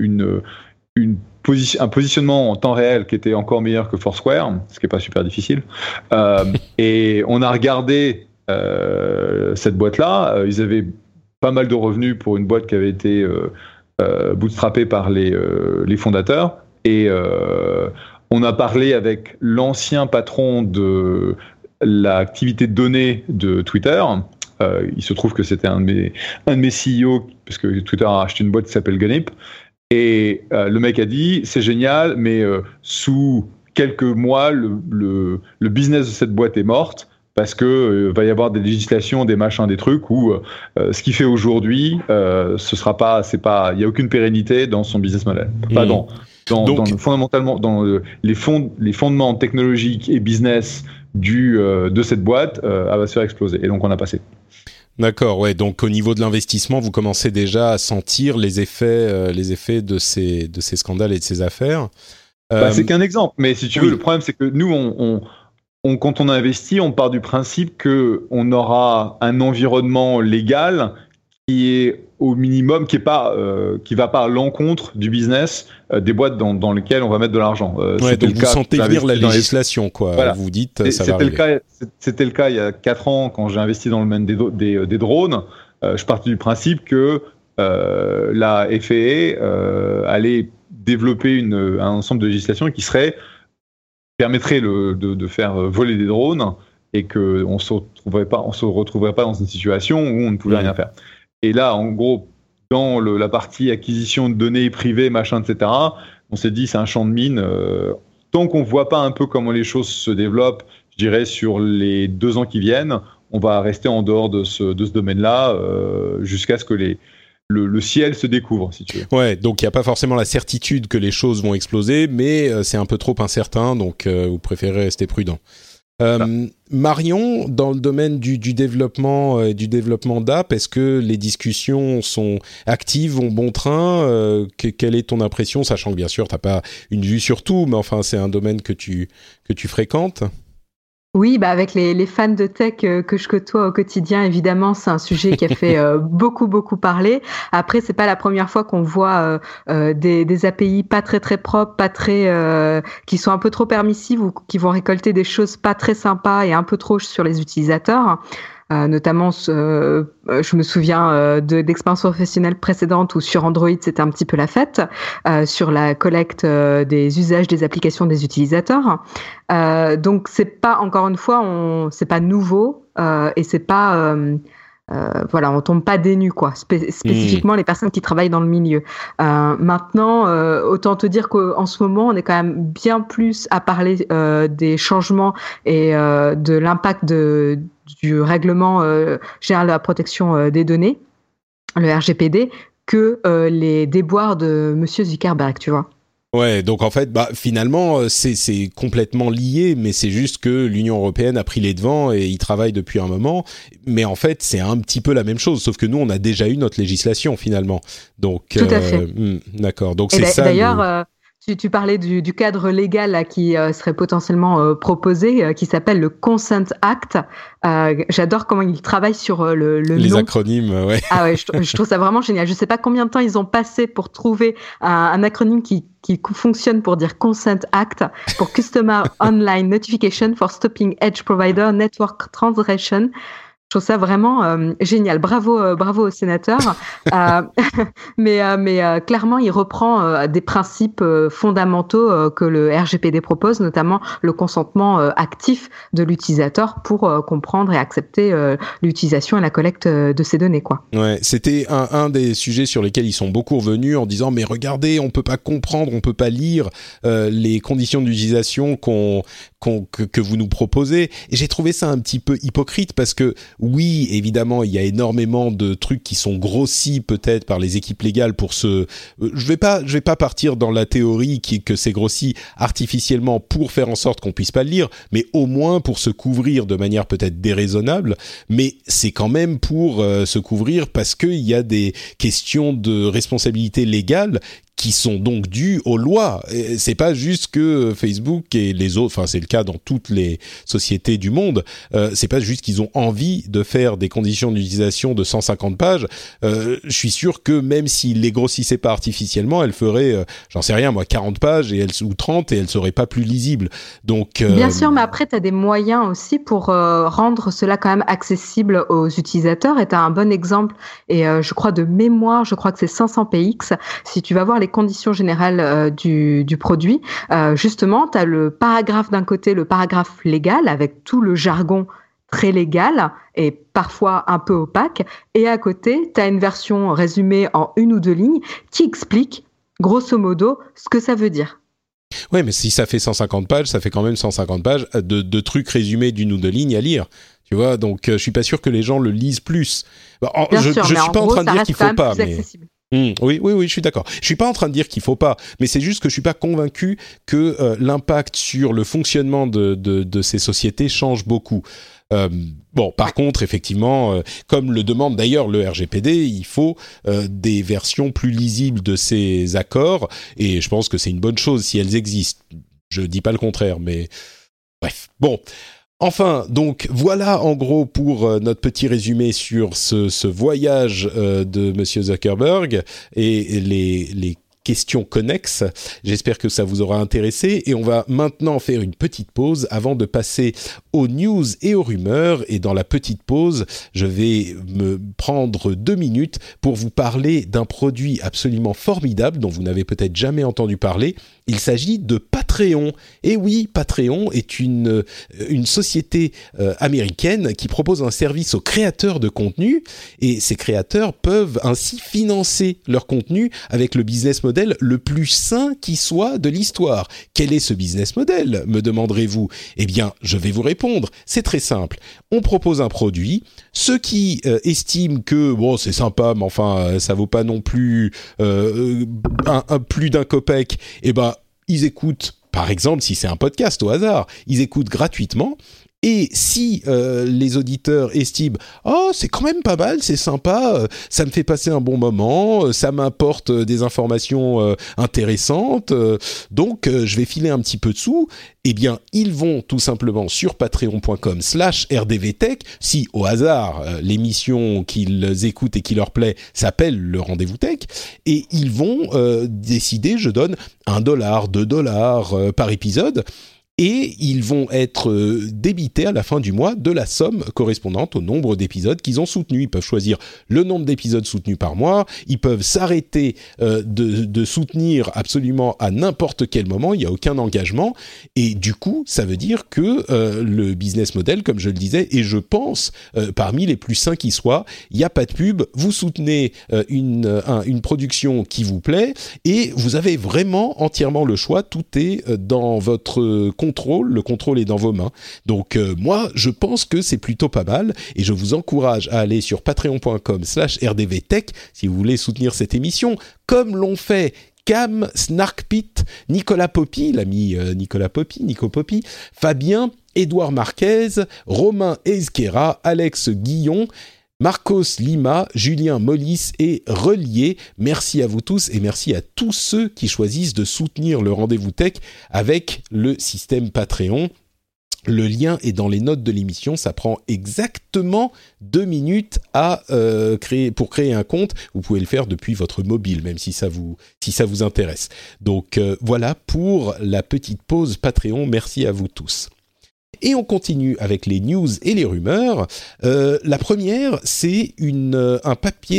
un positionnement en temps réel qui était encore meilleur que Foursquare, ce qui n'est pas super difficile. Et on a regardé cette boîte-là. Ils avaient pas mal de revenus pour une boîte qui avait été bootstrappée par les fondateurs. Et on a parlé avec l'ancien patron de l'activité de données de Twitter. Il se trouve que c'était un de mes CEO, parce que Twitter a acheté une boîte qui s'appelle Gunip. Et le mec a dit, c'est génial, mais sous quelques mois, le business de cette boîte est morte parce que va y avoir des législations, des machins, des trucs où ce qu'il fait aujourd'hui, ce sera pas, il y a aucune pérennité dans son business model. Pas fondamentalement dans les fondements technologiques et business de cette boîte, elle va se faire exploser. Et donc on a passé. D'accord, ouais. Donc au niveau de l'investissement, vous commencez déjà à sentir les effets de ces scandales et de ces affaires. C'est qu'un exemple, mais si tu veux, le problème c'est que nous, quand on investit, on part du principe que on aura un environnement légal qui est au minimum, qui va pas à l'encontre du business des boîtes dans lesquelles on va mettre de l'argent. Donc vous sentez venir la législation, quoi. Voilà. Vous dites, ça va arriver. C'était le cas il y a 4 ans quand j'ai investi dans le domaine des drones. Je partais du principe que la FAA allait développer un ensemble de législations qui permettrait de faire voler des drones et qu'on se retrouverait pas dans une situation où on ne pouvait rien faire. Et là, en gros, dans la partie acquisition de données privées, machin, etc., on s'est dit c'est un champ de mine. Tant qu'on voit pas un peu comment les choses se développent, je dirais sur les 2 ans qui viennent, on va rester en dehors de ce domaine-là jusqu'à ce que le ciel se découvre, si tu veux. Ouais, donc il n'y a pas forcément la certitude que les choses vont exploser, mais c'est un peu trop incertain, donc vous préférez rester prudent. Marion, dans le domaine du développement d'app, est-ce que les discussions sont actives, vont bon train quelle est ton impression, sachant que bien sûr tu n'as pas une vue sur tout, mais enfin c'est un domaine que tu fréquentes? Oui, avec les fans de tech que je côtoie au quotidien, évidemment, c'est un sujet qui a fait beaucoup parler. Après, c'est pas la première fois qu'on voit des API pas très propres, pas très qui sont un peu trop permissives ou qui vont récolter des choses pas très sympas et un peu trop sur les utilisateurs. Notamment, je me souviens d'expériences professionnelles précédentes où sur Android, c'était un petit peu la fête, sur la collecte des usages des applications des utilisateurs. Donc, c'est pas, encore une fois, c'est pas nouveau et c'est pas... on tombe pas des nues, quoi. Spécifiquement les personnes qui travaillent dans le milieu. Maintenant, autant te dire qu'en ce moment, on est quand même bien plus à parler des changements et de l'impact du règlement général de la protection des données, le RGPD, que les déboires de Monsieur Zuckerberg, tu vois. Ouais, donc en fait, finalement, c'est complètement lié, mais c'est juste que l'Union européenne a pris les devants et y travaille depuis un moment. Mais en fait, c'est un petit peu la même chose, sauf que nous, on a déjà eu notre législation finalement. Donc, tout à fait. D'accord. Donc c'est ça. D'ailleurs, tu parlais du cadre légal là, qui serait potentiellement proposé, qui s'appelle le Consent Act. J'adore comment ils travaillent sur le les nom. Acronymes, ouais. Ah ouais, je trouve ça vraiment génial. Je sais pas combien de temps ils ont passé pour trouver un acronyme qui fonctionne pour dire Consent Act, pour Customer Online Notification for Stopping Edge Provider Network Transgression. Je trouve ça vraiment génial. Bravo au sénateur. Mais clairement, il reprend des principes fondamentaux que le RGPD propose, notamment le consentement actif de l'utilisateur pour comprendre et accepter l'utilisation et la collecte de ces données, quoi. Ouais, c'était un des sujets sur lesquels ils sont beaucoup revenus en disant mais regardez, on peut pas comprendre, on peut pas lire les conditions d'utilisation que vous nous proposez. Et j'ai trouvé ça un petit peu hypocrite parce que oui, évidemment, il y a énormément de trucs qui sont grossis peut-être par les équipes légales pour je vais pas partir dans la théorie que c'est grossi artificiellement pour faire en sorte qu'on puisse pas le lire, mais au moins pour se couvrir de manière peut-être déraisonnable, mais c'est quand même pour se couvrir parce qu'il y a des questions de responsabilité légale qui sont donc dues aux lois. Et c'est pas juste que Facebook et les autres, enfin c'est le cas dans toutes les sociétés du monde, c'est pas juste qu'ils ont envie de faire des conditions d'utilisation de 150 pages. Je suis sûr que même s'ils les grossissaient pas artificiellement, elles feraient, j'en sais rien moi, 40 pages ou 30 et elles seraient pas plus lisibles. Donc bien sûr, mais après tu as des moyens aussi pour rendre cela quand même accessible aux utilisateurs. Et tu as un bon exemple, et je crois de mémoire, je crois que c'est 500px. Si tu vas voir les conditions générales du produit, justement, tu as le paragraphe d'un côté, le paragraphe légal avec tout le jargon très légal et parfois un peu opaque, et à côté, tu as une version résumée en 1 ou 2 lignes qui explique grosso modo ce que ça veut dire. Ouais, mais si ça fait 150 pages, ça fait quand même 150 pages de trucs résumés d'une ou deux lignes à lire. Tu vois, donc je suis pas sûr que les gens le lisent plus. Bien sûr, je mais suis pas en train de dire qu'il faut pas, mais oui, je suis d'accord. Je suis pas en train de dire qu'il faut pas, mais c'est juste que je suis pas convaincu que l'impact sur le fonctionnement de ces sociétés change beaucoup. Par contre, effectivement, comme le demande d'ailleurs le RGPD, il faut des versions plus lisibles de ces accords, et je pense que c'est une bonne chose si elles existent. Je dis pas le contraire, mais bref. Bon. Enfin, donc voilà en gros pour notre petit résumé sur ce voyage de Monsieur Zuckerberg et les questions connexes. J'espère que ça vous aura intéressé et on va maintenant faire une petite pause avant de passer aux news et aux rumeurs. Et dans la petite pause, je vais me prendre 2 minutes pour vous parler d'un produit absolument formidable dont vous n'avez peut-être jamais entendu parler. Il s'agit de Patreon. Et oui, Patreon est une société américaine qui propose un service aux créateurs de contenu et ces créateurs peuvent ainsi financer leur contenu avec le business model le plus sain qui soit de l'histoire. Quel est ce business model, me demanderez-vous ? Eh bien, je vais vous répondre. C'est très simple. On propose un produit. Ceux qui estiment que bon, c'est sympa, mais enfin, ça vaut pas non plus plus d'un copec, eh ben ils écoutent, par exemple, si c'est un podcast au hasard, ils écoutent gratuitement. Et si les auditeurs estiment « Oh, c'est quand même pas mal, c'est sympa, ça me fait passer un bon moment, ça m'apporte des informations intéressantes, donc je vais filer un petit peu de sous », eh bien, ils vont tout simplement sur patreon.com/rdvtech, si au hasard l'émission qu'ils écoutent et qui leur plaît s'appelle le Rendez-vous Tech, et ils vont décider, je donne $1, $2 par épisode, et ils vont être débités à la fin du mois de la somme correspondante au nombre d'épisodes qu'ils ont soutenus. Ils peuvent choisir le nombre d'épisodes soutenus par mois, ils peuvent s'arrêter de soutenir absolument à n'importe quel moment, il n'y a aucun engagement, et du coup, ça veut dire que le business model, comme je le disais, est, je pense, parmi les plus sains qui soient. Il n'y a pas de pub, vous soutenez une production qui vous plaît, et vous avez vraiment entièrement le choix, tout est dans votre contrôle, le contrôle est dans vos mains. Donc moi, je pense que c'est plutôt pas mal et je vous encourage à aller sur patreon.com/rdvtech si vous voulez soutenir cette émission, comme l'ont fait Cam, Snarkpit, Nicolas Poppy, l'ami Nico Poppy, Fabien, Édouard Marquez, Romain Ezquera, Alex Guillon, Marcos Lima, Julien Mollis et Relier. Merci à vous tous et merci à tous ceux qui choisissent de soutenir le Rendez-vous Tech avec le système Patreon. Le lien est dans les notes de l'émission. Ça prend exactement 2 minutes à pour créer un compte. Vous pouvez le faire depuis votre mobile, même si ça vous intéresse. Donc voilà pour la petite pause Patreon. Merci à vous tous. Et on continue avec les news et les rumeurs. La première, c'est un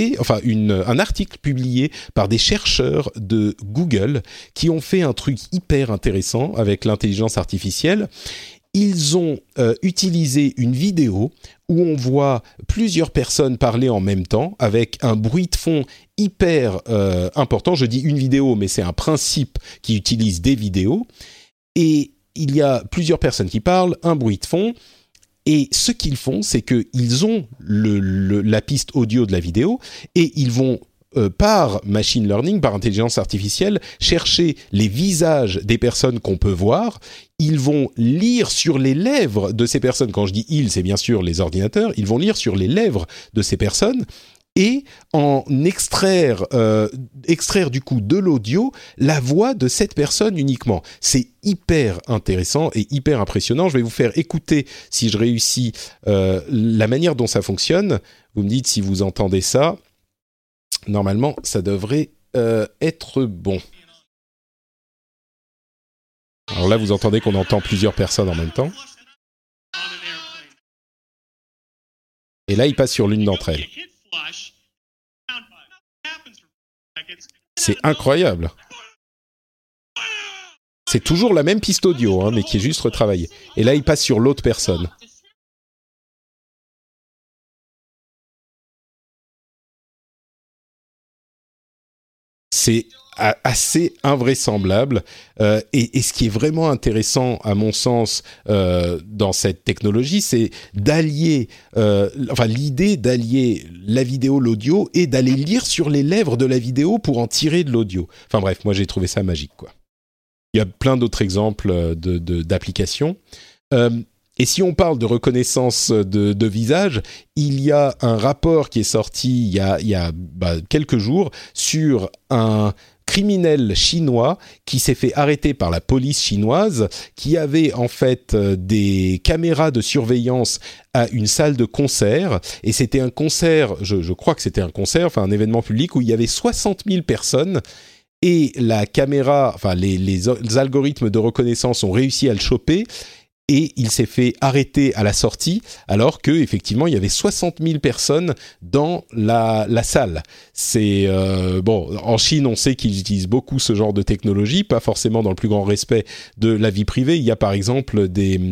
article publié par des chercheurs de Google qui ont fait un truc hyper intéressant avec l'intelligence artificielle. Ils ont utilisé une vidéo où on voit plusieurs personnes parler en même temps avec un bruit de fond hyper important. Je dis une vidéo, mais c'est un principe qui utilise des vidéos. Et il y a plusieurs personnes qui parlent, un bruit de fond, et ce qu'ils font, c'est qu'ils ont la piste audio de la vidéo, et ils vont, par machine learning, par intelligence artificielle, chercher les visages des personnes qu'on peut voir. Ils vont lire sur les lèvres de ces personnes, quand je dis « ils », c'est bien sûr les ordinateurs, ils vont lire sur les lèvres de ces personnes, et en extraire du coup de l'audio la voix de cette personne uniquement. C'est hyper intéressant et hyper impressionnant. Je vais vous faire écouter, si je réussis, la manière dont ça fonctionne. Vous me dites si vous entendez ça. Normalement, ça devrait être bon. Alors là, vous entendez qu'on entend plusieurs personnes en même temps. Et là, il passe sur l'une d'entre elles. C'est incroyable. C'est toujours la même piste audio, mais qui est juste retravaillée. Et là, il passe sur l'autre personne. C'est assez invraisemblable. Et ce qui est vraiment intéressant, à mon sens, dans cette technologie, c'est d'allier, l'idée d'allier la vidéo, l'audio, et d'aller lire sur les lèvres de la vidéo pour en tirer de l'audio. Enfin bref, moi j'ai trouvé ça magique, quoi. Il y a plein d'autres exemples d'applications. Et si on parle de reconnaissance de visage, il y a un rapport qui est sorti il y a quelques jours sur un criminel chinois qui s'est fait arrêter par la police chinoise, qui avait en fait des caméras de surveillance à une salle de concert, et c'était un concert, je crois que c'était un concert, enfin un événement public où il y avait 60 000 personnes, et la caméra, enfin les algorithmes de reconnaissance ont réussi à le choper, et il s'est fait arrêter à la sortie, alors que effectivement il y avait 60 000 personnes dans la salle. C'est en Chine, on sait qu'ils utilisent beaucoup ce genre de technologie, pas forcément dans le plus grand respect de la vie privée. Il y a par exemple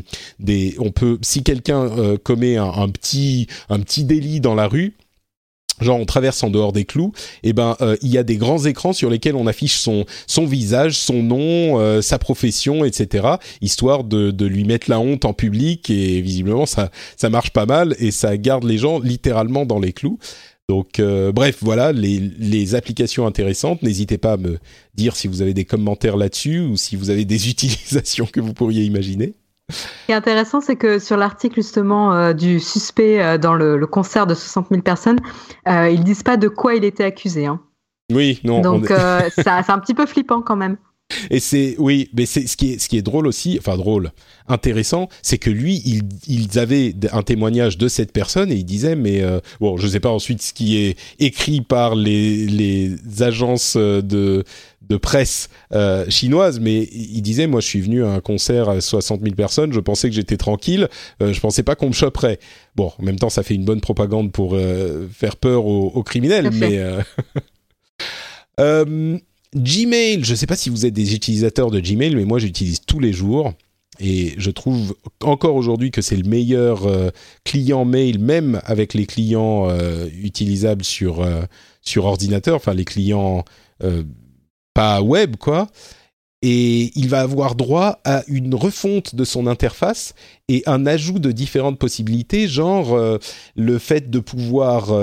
si quelqu'un commet un petit délit dans la rue, genre on traverse en dehors des clous, il y a des grands écrans sur lesquels on affiche son visage, son nom, sa profession, etc., histoire de lui mettre la honte en public, et visiblement ça marche pas mal et ça garde les gens littéralement dans les clous. Donc bref, voilà les applications intéressantes. N'hésitez pas à me dire si vous avez des commentaires là-dessus ou si vous avez des utilisations que vous pourriez imaginer. Ce qui est intéressant, c'est que sur l'article justement du suspect dans le concert de 60 000 personnes, ils disent pas de quoi il était accusé. Hein. Oui, non. Donc c'est un petit peu flippant quand même. Et mais c'est ce qui est drôle aussi, enfin drôle, intéressant, c'est que lui, ils avaient un témoignage de cette personne et il disait, mais je sais pas ensuite ce qui est écrit par les agences de presse chinoise, mais il disait, moi je suis venu à un concert à 60 000 personnes, je pensais que j'étais tranquille, je pensais pas qu'on me choperait. Bon, en même temps ça fait une bonne propagande pour faire peur aux criminels, mais Gmail, je sais pas si vous êtes des utilisateurs de Gmail, mais moi j'utilise tous les jours et je trouve encore aujourd'hui que c'est le meilleur client mail, même avec les clients utilisables sur ordinateur, enfin les clients pas web, quoi. Et il va avoir droit à une refonte de son interface et un ajout de différentes possibilités, genre le fait de pouvoir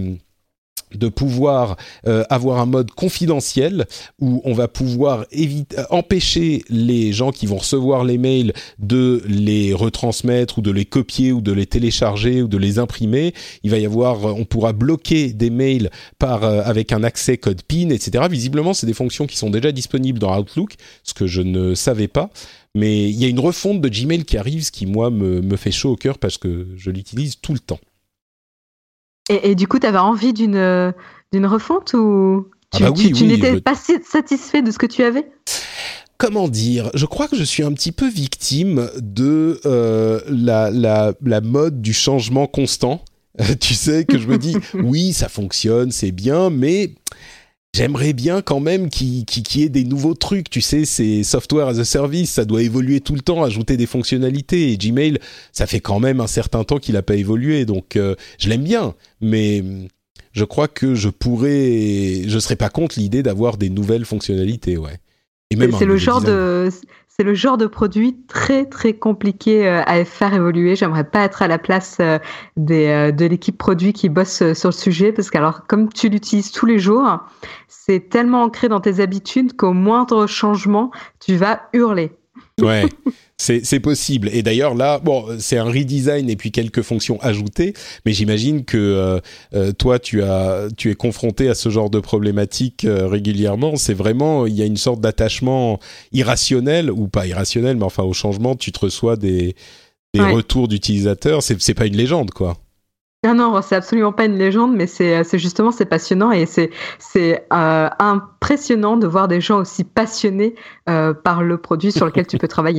avoir un mode confidentiel où on va pouvoir empêcher les gens qui vont recevoir les mails de les retransmettre ou de les copier ou de les télécharger ou de les imprimer. On pourra bloquer des mails avec un accès code PIN, etc. Visiblement, c'est des fonctions qui sont déjà disponibles dans Outlook, ce que je ne savais pas. Mais il y a une refonte de Gmail qui arrive, ce qui, moi, me fait chaud au cœur parce que je l'utilise tout le temps. Et du coup, tu avais envie d'une refonte ou tu n'étais pas satisfait de ce que tu avais ? Comment dire ? Je crois que je suis un petit peu victime de la mode du changement constant. Tu sais, que je me dis, oui, ça fonctionne, c'est bien, mais j'aimerais bien quand même qu'il y ait des nouveaux trucs. Tu sais, c'est software as a service, ça doit évoluer tout le temps, ajouter des fonctionnalités. Et Gmail, ça fait quand même un certain temps qu'il n'a pas évolué, donc je l'aime bien. Mais je crois que je serais pas contre l'idée d'avoir des nouvelles fonctionnalités, ouais. Et même c'est le genre de produit très très compliqué à faire évoluer. J'aimerais pas être à la place de l'équipe produit qui bosse sur le sujet, parce que alors comme tu l'utilises tous les jours, c'est tellement ancré dans tes habitudes qu'au moindre changement, tu vas hurler. Ouais. C'est possible. Et d'ailleurs, là, c'est un redesign et puis quelques fonctions ajoutées, mais j'imagine que toi, tu es confronté à ce genre de problématique régulièrement. C'est vraiment, il y a une sorte d'attachement irrationnel, ou pas irrationnel, mais enfin, au changement, tu te reçois des retours d'utilisateurs. C'est pas une légende, quoi. Non, c'est absolument pas une légende, mais c'est justement, c'est passionnant et c'est impressionnant de voir des gens aussi passionnés par le produit sur lequel tu peux travailler.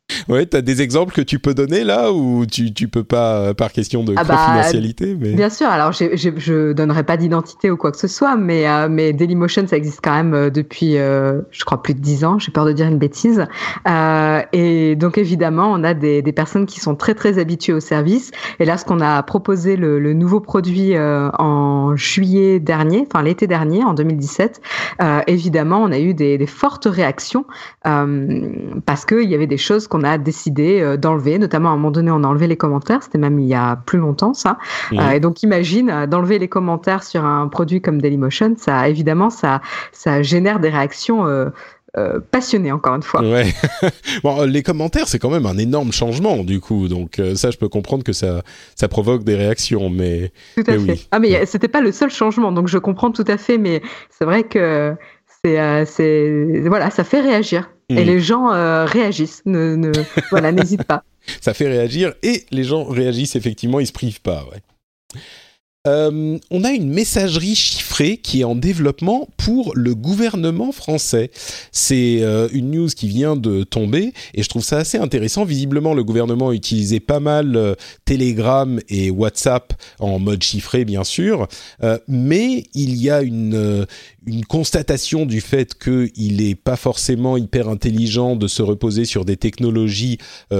Ouais, t'as des exemples que tu peux donner là ou tu peux pas par question de confidentialité mais... Bien sûr. Alors je donnerai pas d'identité ou quoi que ce soit, mais Dailymotion ça existe quand même depuis je crois plus de 10 ans. J'ai peur de dire une bêtise. Et donc évidemment on a des personnes qui sont très très habituées au service. Et là ce qu'on a proposé le nouveau produit en juillet dernier, enfin l'été dernier en 2017. Évidemment on a eu des fortes réactions parce que il y avait des choses qu'on a décidé d'enlever, notamment à un moment donné on a enlevé les commentaires, c'était même il y a plus longtemps ça. Et donc imagine d'enlever les commentaires sur un produit comme Dailymotion, ça évidemment ça génère des réactions passionnées encore une fois. Ouais. Bon, les commentaires c'est quand même un énorme changement du coup, donc ça je peux comprendre que ça provoque des réactions, mais tout à fait. Oui. Ah mais c'était pas le seul changement, donc je comprends tout à fait, mais c'est vrai que c'est voilà, ça fait réagir. Et les gens réagissent, voilà, n'hésite pas. Ça fait réagir et les gens réagissent effectivement, ils se privent pas, ouais. On a une messagerie chiffrée qui est en développement pour le gouvernement français. C'est une news qui vient de tomber et je trouve ça assez intéressant. Visiblement, le gouvernement utilisait pas mal Telegram et WhatsApp en mode chiffré, bien sûr, mais il y a une constatation du fait qu'il n'est pas forcément hyper intelligent de se reposer sur des technologies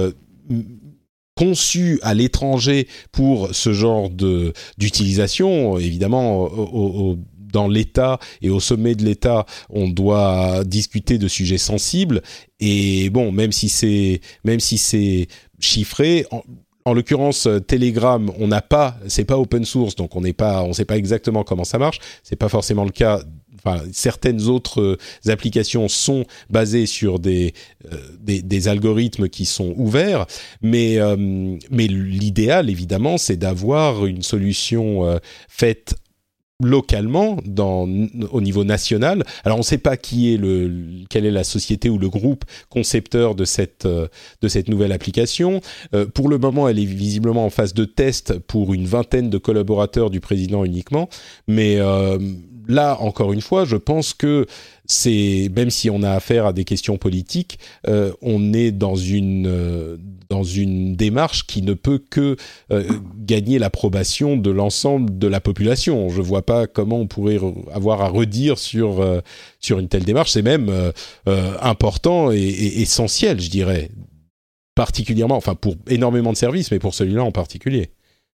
conçu à l'étranger pour ce genre d'utilisation. Évidemment, dans l'État et au sommet de l'État, on doit discuter de sujets sensibles. Et bon, même si c'est chiffré, en l'occurrence, Telegram, c'est pas open source, donc on sait pas exactement comment ça marche. C'est pas forcément le cas. Enfin, certaines autres applications sont basées sur des algorithmes qui sont ouverts, mais l'idéal, évidemment, c'est d'avoir une solution faite localement au niveau national. Alors on ne sait pas quelle est la société ou le groupe concepteur de cette nouvelle application. Pour le moment, elle est visiblement en phase de test pour une vingtaine de collaborateurs du président uniquement, mais là, encore une fois, je pense que même si on a affaire à des questions politiques, on est dans une démarche qui ne peut que gagner l'approbation de l'ensemble de la population. Je vois pas comment on pourrait avoir à redire sur une telle démarche. C'est même important et essentiel, je dirais, particulièrement, enfin pour énormément de services, mais pour celui-là en particulier.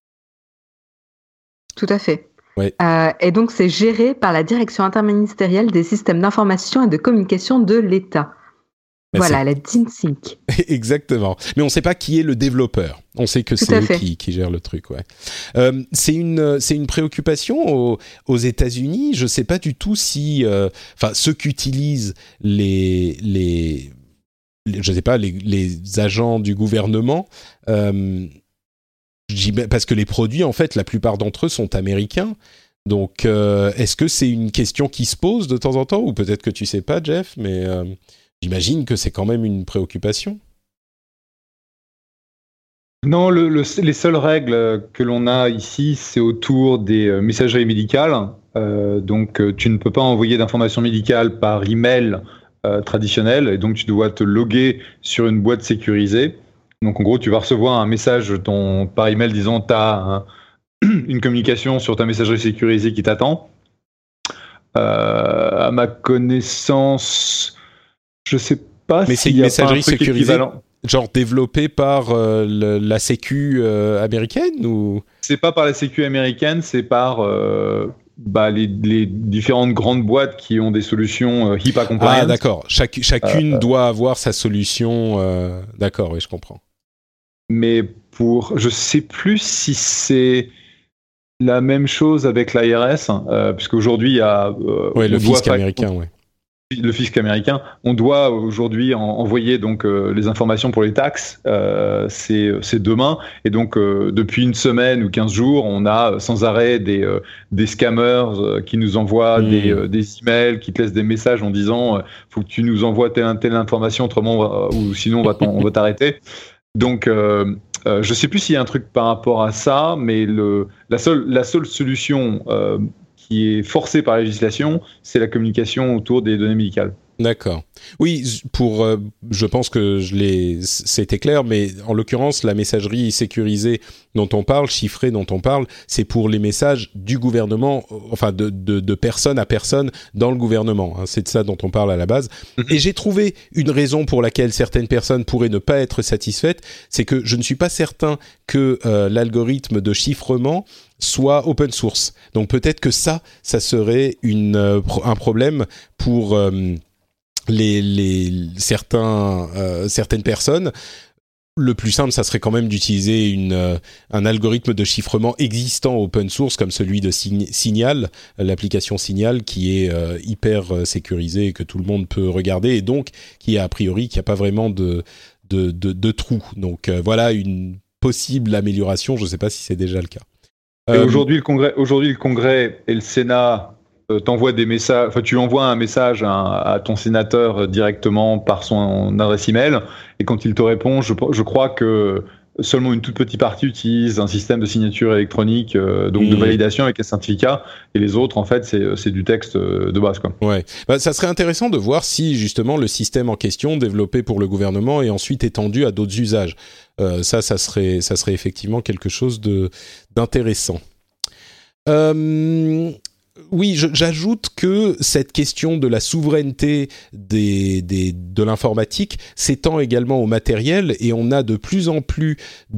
Tout à fait. Ouais. Et donc, c'est géré par la Direction interministérielle des systèmes d'information et de communication de l'État. Voilà, la DINSYNC. Exactement. Mais on ne sait pas qui est le développeur. On sait que c'est eux qui gèrent le truc. Ouais. C'est une préoccupation aux États-Unis. Je ne sais pas du tout si, ceux qui utilisent les agents du gouvernement. Parce que les produits, en fait, la plupart d'entre eux sont américains. Donc, est-ce que c'est une question qui se pose de temps en temps ? Ou peut-être que tu sais pas, Jeff, mais j'imagine que c'est quand même une préoccupation. Non, les seules règles que l'on a ici, c'est autour des messageries médicales. Donc, tu ne peux pas envoyer d'informations médicales par email traditionnel. Et donc, tu dois te loguer sur une boîte sécurisée. Donc, en gros, tu vas recevoir un message par email disant tu as une communication sur ta messagerie sécurisée qui t'attend. À ma connaissance, je sais pas mais s'il y a pas un truc sécurisée, équivalent. Genre développée par la Sécu américaine ou... C'est pas par la Sécu américaine, c'est par les différentes grandes boîtes qui ont des solutions HIPAA compliant. Ah d'accord, chacune doit avoir sa solution. D'accord, oui, je comprends. Mais je sais plus si c'est la même chose avec l'IRS, puisqu'aujourd'hui il y a le fisc américain, ouais. Le fisc américain, on doit aujourd'hui envoyer donc les informations pour les taxes, c'est demain, et donc depuis une semaine ou 15 jours, on a sans arrêt des scammers qui nous envoient des emails, qui te laissent des messages en disant faut que tu nous envoies telle information, autrement ou sinon on va t'arrêter. Donc je sais plus s'il y a un truc par rapport à ça, mais la seule solution qui est forcée par la législation, c'est la communication autour des données médicales. D'accord. Oui, je pense que c'était clair, mais en l'occurrence, la messagerie sécurisée dont on parle, chiffrée dont on parle, c'est pour les messages du gouvernement, enfin de personne à personne dans le gouvernement. Hein, c'est de ça dont on parle à la base. Et j'ai trouvé une raison pour laquelle certaines personnes pourraient ne pas être satisfaites, c'est que je ne suis pas certain que l'algorithme de chiffrement soit open source. Donc peut-être que ça serait un problème pour certaines personnes. Le plus simple, ça serait quand même d'utiliser un algorithme de chiffrement existant open source comme celui de Signal, l'application Signal, qui est hyper sécurisée et que tout le monde peut regarder, et donc qui a priori qui a pas vraiment de trou. Donc voilà une possible amélioration. Je ne sais pas si c'est déjà le cas. Et aujourd'hui, le Congrès et le Sénat t'envoient des messages. Enfin, tu envoies un message à ton sénateur directement par son adresse email, et quand il te répond, je crois que seulement une toute petite partie utilise un système de signature électronique, donc de validation avec les certificats, et les autres, en fait, c'est du texte de base, quoi. Ouais. Bah, ça serait intéressant de voir si justement le système en question, développé pour le gouvernement, est ensuite étendu à d'autres usages. Ça serait effectivement quelque chose d'intéressant. Oui, j'ajoute que cette question de la souveraineté de l'informatique s'étend également au matériel, et on a de plus en plus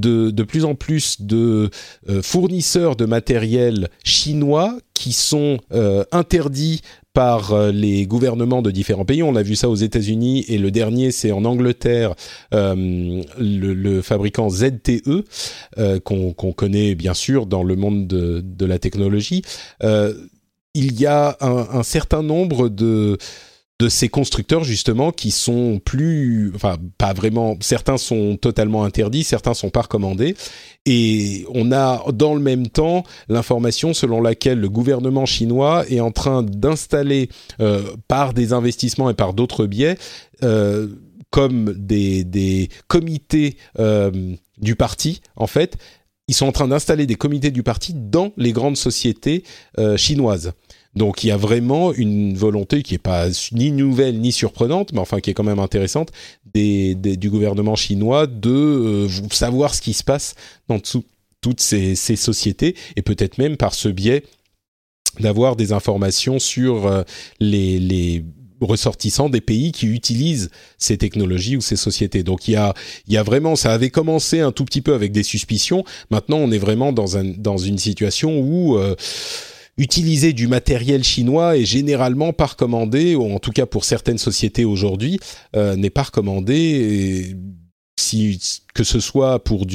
de fournisseurs de matériel chinois qui sont interdits par les gouvernements de différents pays. On a vu ça aux États-Unis, et le dernier, c'est en Angleterre, le fabricant ZTE, qu'on connaît bien sûr dans le monde de la technologie. Il y a un certain nombre de ces constructeurs justement qui sont pas vraiment, certains sont totalement interdits, certains sont pas recommandés, et on a dans le même temps l'information selon laquelle le gouvernement chinois est en train d'installer par des investissements et par d'autres biais comme des comités du parti, en fait. Ils sont en train d'installer des comités du parti dans les grandes sociétés chinoises. Donc il y a vraiment une volonté qui est pas ni nouvelle ni surprenante, mais enfin qui est quand même intéressante du gouvernement chinois de savoir ce qui se passe dans toutes ces sociétés, et peut-être même par ce biais d'avoir des informations sur les ressortissants des pays qui utilisent ces technologies ou ces sociétés. Donc il y a vraiment, ça avait commencé un tout petit peu avec des suspicions. Maintenant, on est vraiment dans une situation où utiliser du matériel chinois est généralement pas recommandé, ou en tout cas pour certaines sociétés aujourd'hui, n'est pas recommandé. Que ce soit pour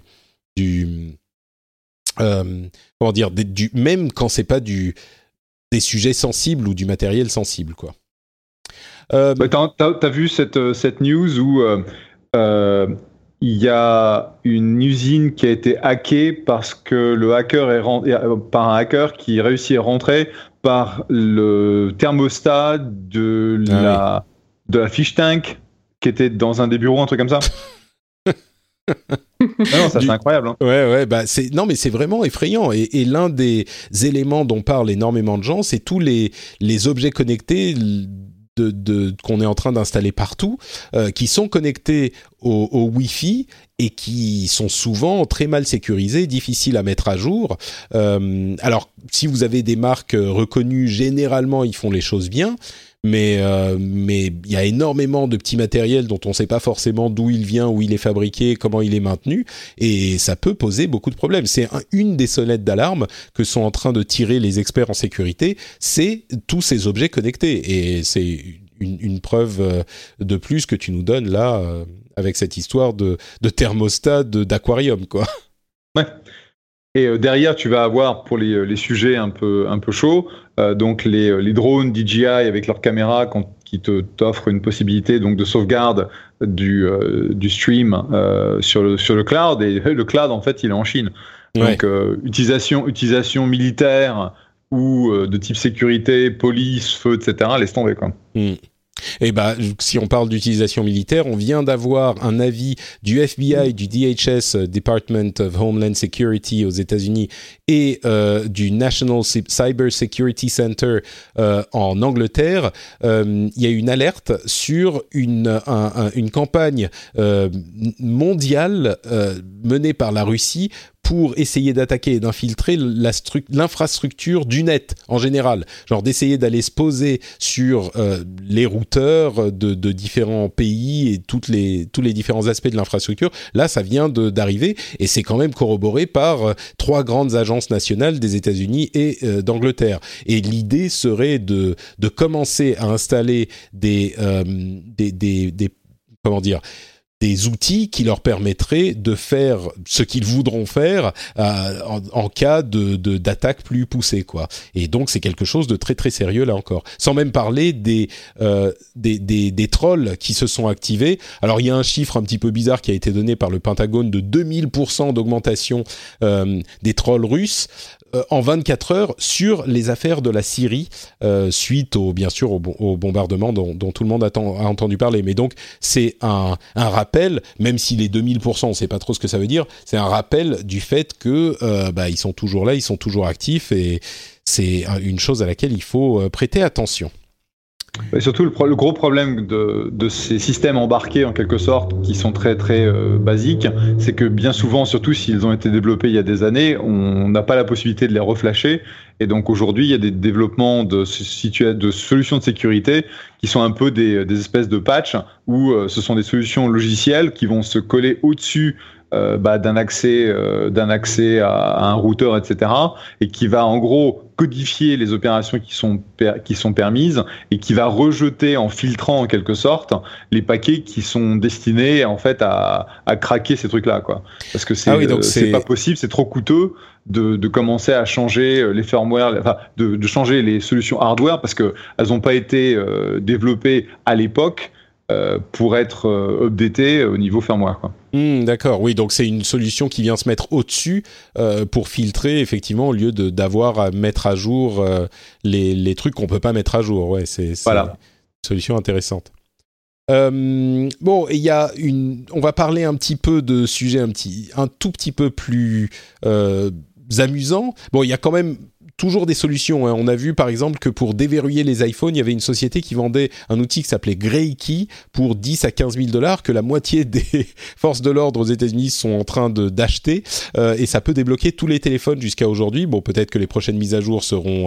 même quand c'est pas des sujets sensibles ou du matériel sensible, quoi. T'as vu cette news où il y a une usine qui a été hackée parce que le hacker par un hacker qui réussit à rentrer par le thermostat de la fish tank qui était dans un des bureaux, un truc comme ça. Non, ça c'est incroyable. Hein. Ouais, bah mais c'est vraiment effrayant. Et l'un des éléments dont parlent énormément de gens, c'est tous les objets connectés qu'on est en train d'installer partout, qui sont connectés au Wi-Fi et qui sont souvent très mal sécurisés, difficiles à mettre à jour. Alors, si vous avez des marques reconnues, généralement, ils font les choses bien. Mais il y a énormément de petits matériels dont on ne sait pas forcément d'où il vient, où il est fabriqué, comment il est maintenu, et ça peut poser beaucoup de problèmes. C'est une des sonnettes d'alarme que sont en train de tirer les experts en sécurité, c'est tous ces objets connectés, et c'est une preuve de plus que tu nous donnes là avec cette histoire de thermostat d'aquarium, quoi. Ouais. Et derrière, tu vas avoir pour les sujets un peu chauds, donc les drones DJI avec leurs caméras qui t'offrent une possibilité donc de sauvegarde du stream sur le cloud. Et le cloud, en fait, il est en Chine. Ouais. Donc utilisation militaire ou de type sécurité, police, feu, etc. Laisse tomber, quoi. Et si on parle d'utilisation militaire, on vient d'avoir un avis du FBI, du DHS, Department of Homeland Security aux États-Unis, et du National Cyber Security Center en Angleterre. Il y a une alerte sur une campagne mondiale menée par la Russie pour essayer d'attaquer et d'infiltrer l'infrastructure du net en général. Genre d'essayer d'aller se poser sur les routeurs de différents pays et tous les différents aspects de l'infrastructure. Là, ça vient d'arriver et c'est quand même corroboré par 3 grandes agences nationales des États-Unis et d'Angleterre. Et l'idée serait de commencer à installer des outils qui leur permettraient de faire ce qu'ils voudront faire en cas d'attaque plus poussée, quoi. Et donc c'est quelque chose de très très sérieux là encore. Sans même parler des trolls qui se sont activés. Alors il y a un chiffre un petit peu bizarre qui a été donné par le Pentagone de 2000% d'augmentation des trolls russes en 24 heures sur les affaires de la Syrie suite bien sûr au bombardement dont tout le monde a entendu parler. Mais donc c'est un rappel, même si les 2000%, on ne sait pas trop ce que ça veut dire, c'est un rappel du fait que ils sont toujours là, ils sont toujours actifs et c'est une chose à laquelle il faut prêter attention. Et surtout, le gros problème de ces systèmes embarqués, en quelque sorte, qui sont très très basiques, c'est que bien souvent, surtout s'ils ont été développés il y a des années, on n'a pas la possibilité de les reflasher. Et donc aujourd'hui, il y a des développements de solutions de sécurité qui sont un peu des espèces de patchs où ce sont des solutions logicielles qui vont se coller au-dessus d'un accès à un routeur, etc., et qui va en gros codifier les opérations qui sont permises et qui va rejeter en filtrant en quelque sorte les paquets qui sont destinés en fait à craquer ces trucs-là, quoi. Parce que c'est pas possible, c'est trop coûteux de commencer à changer les firmware, enfin de changer les solutions hardware parce que elles n'ont pas été développées à l'époque pour être updatées au niveau firmware, quoi. D'accord, oui, donc c'est une solution qui vient se mettre au-dessus pour filtrer, effectivement, au lieu d'avoir à mettre à jour les trucs qu'on peut pas mettre à jour. Ouais, c'est une solution intéressante. Bon, il y a on va parler un petit peu de sujets un tout petit peu plus amusants. Bon, il y a quand même toujours des solutions, hein. On a vu par exemple que pour déverrouiller les iPhones, il y avait une société qui vendait un outil qui s'appelait GreyKey pour 10 à 15 000 $, que la moitié des forces de l'ordre aux États-Unis sont en train d'acheter, et ça peut débloquer tous les téléphones jusqu'à aujourd'hui. Bon, peut-être que les prochaines mises à jour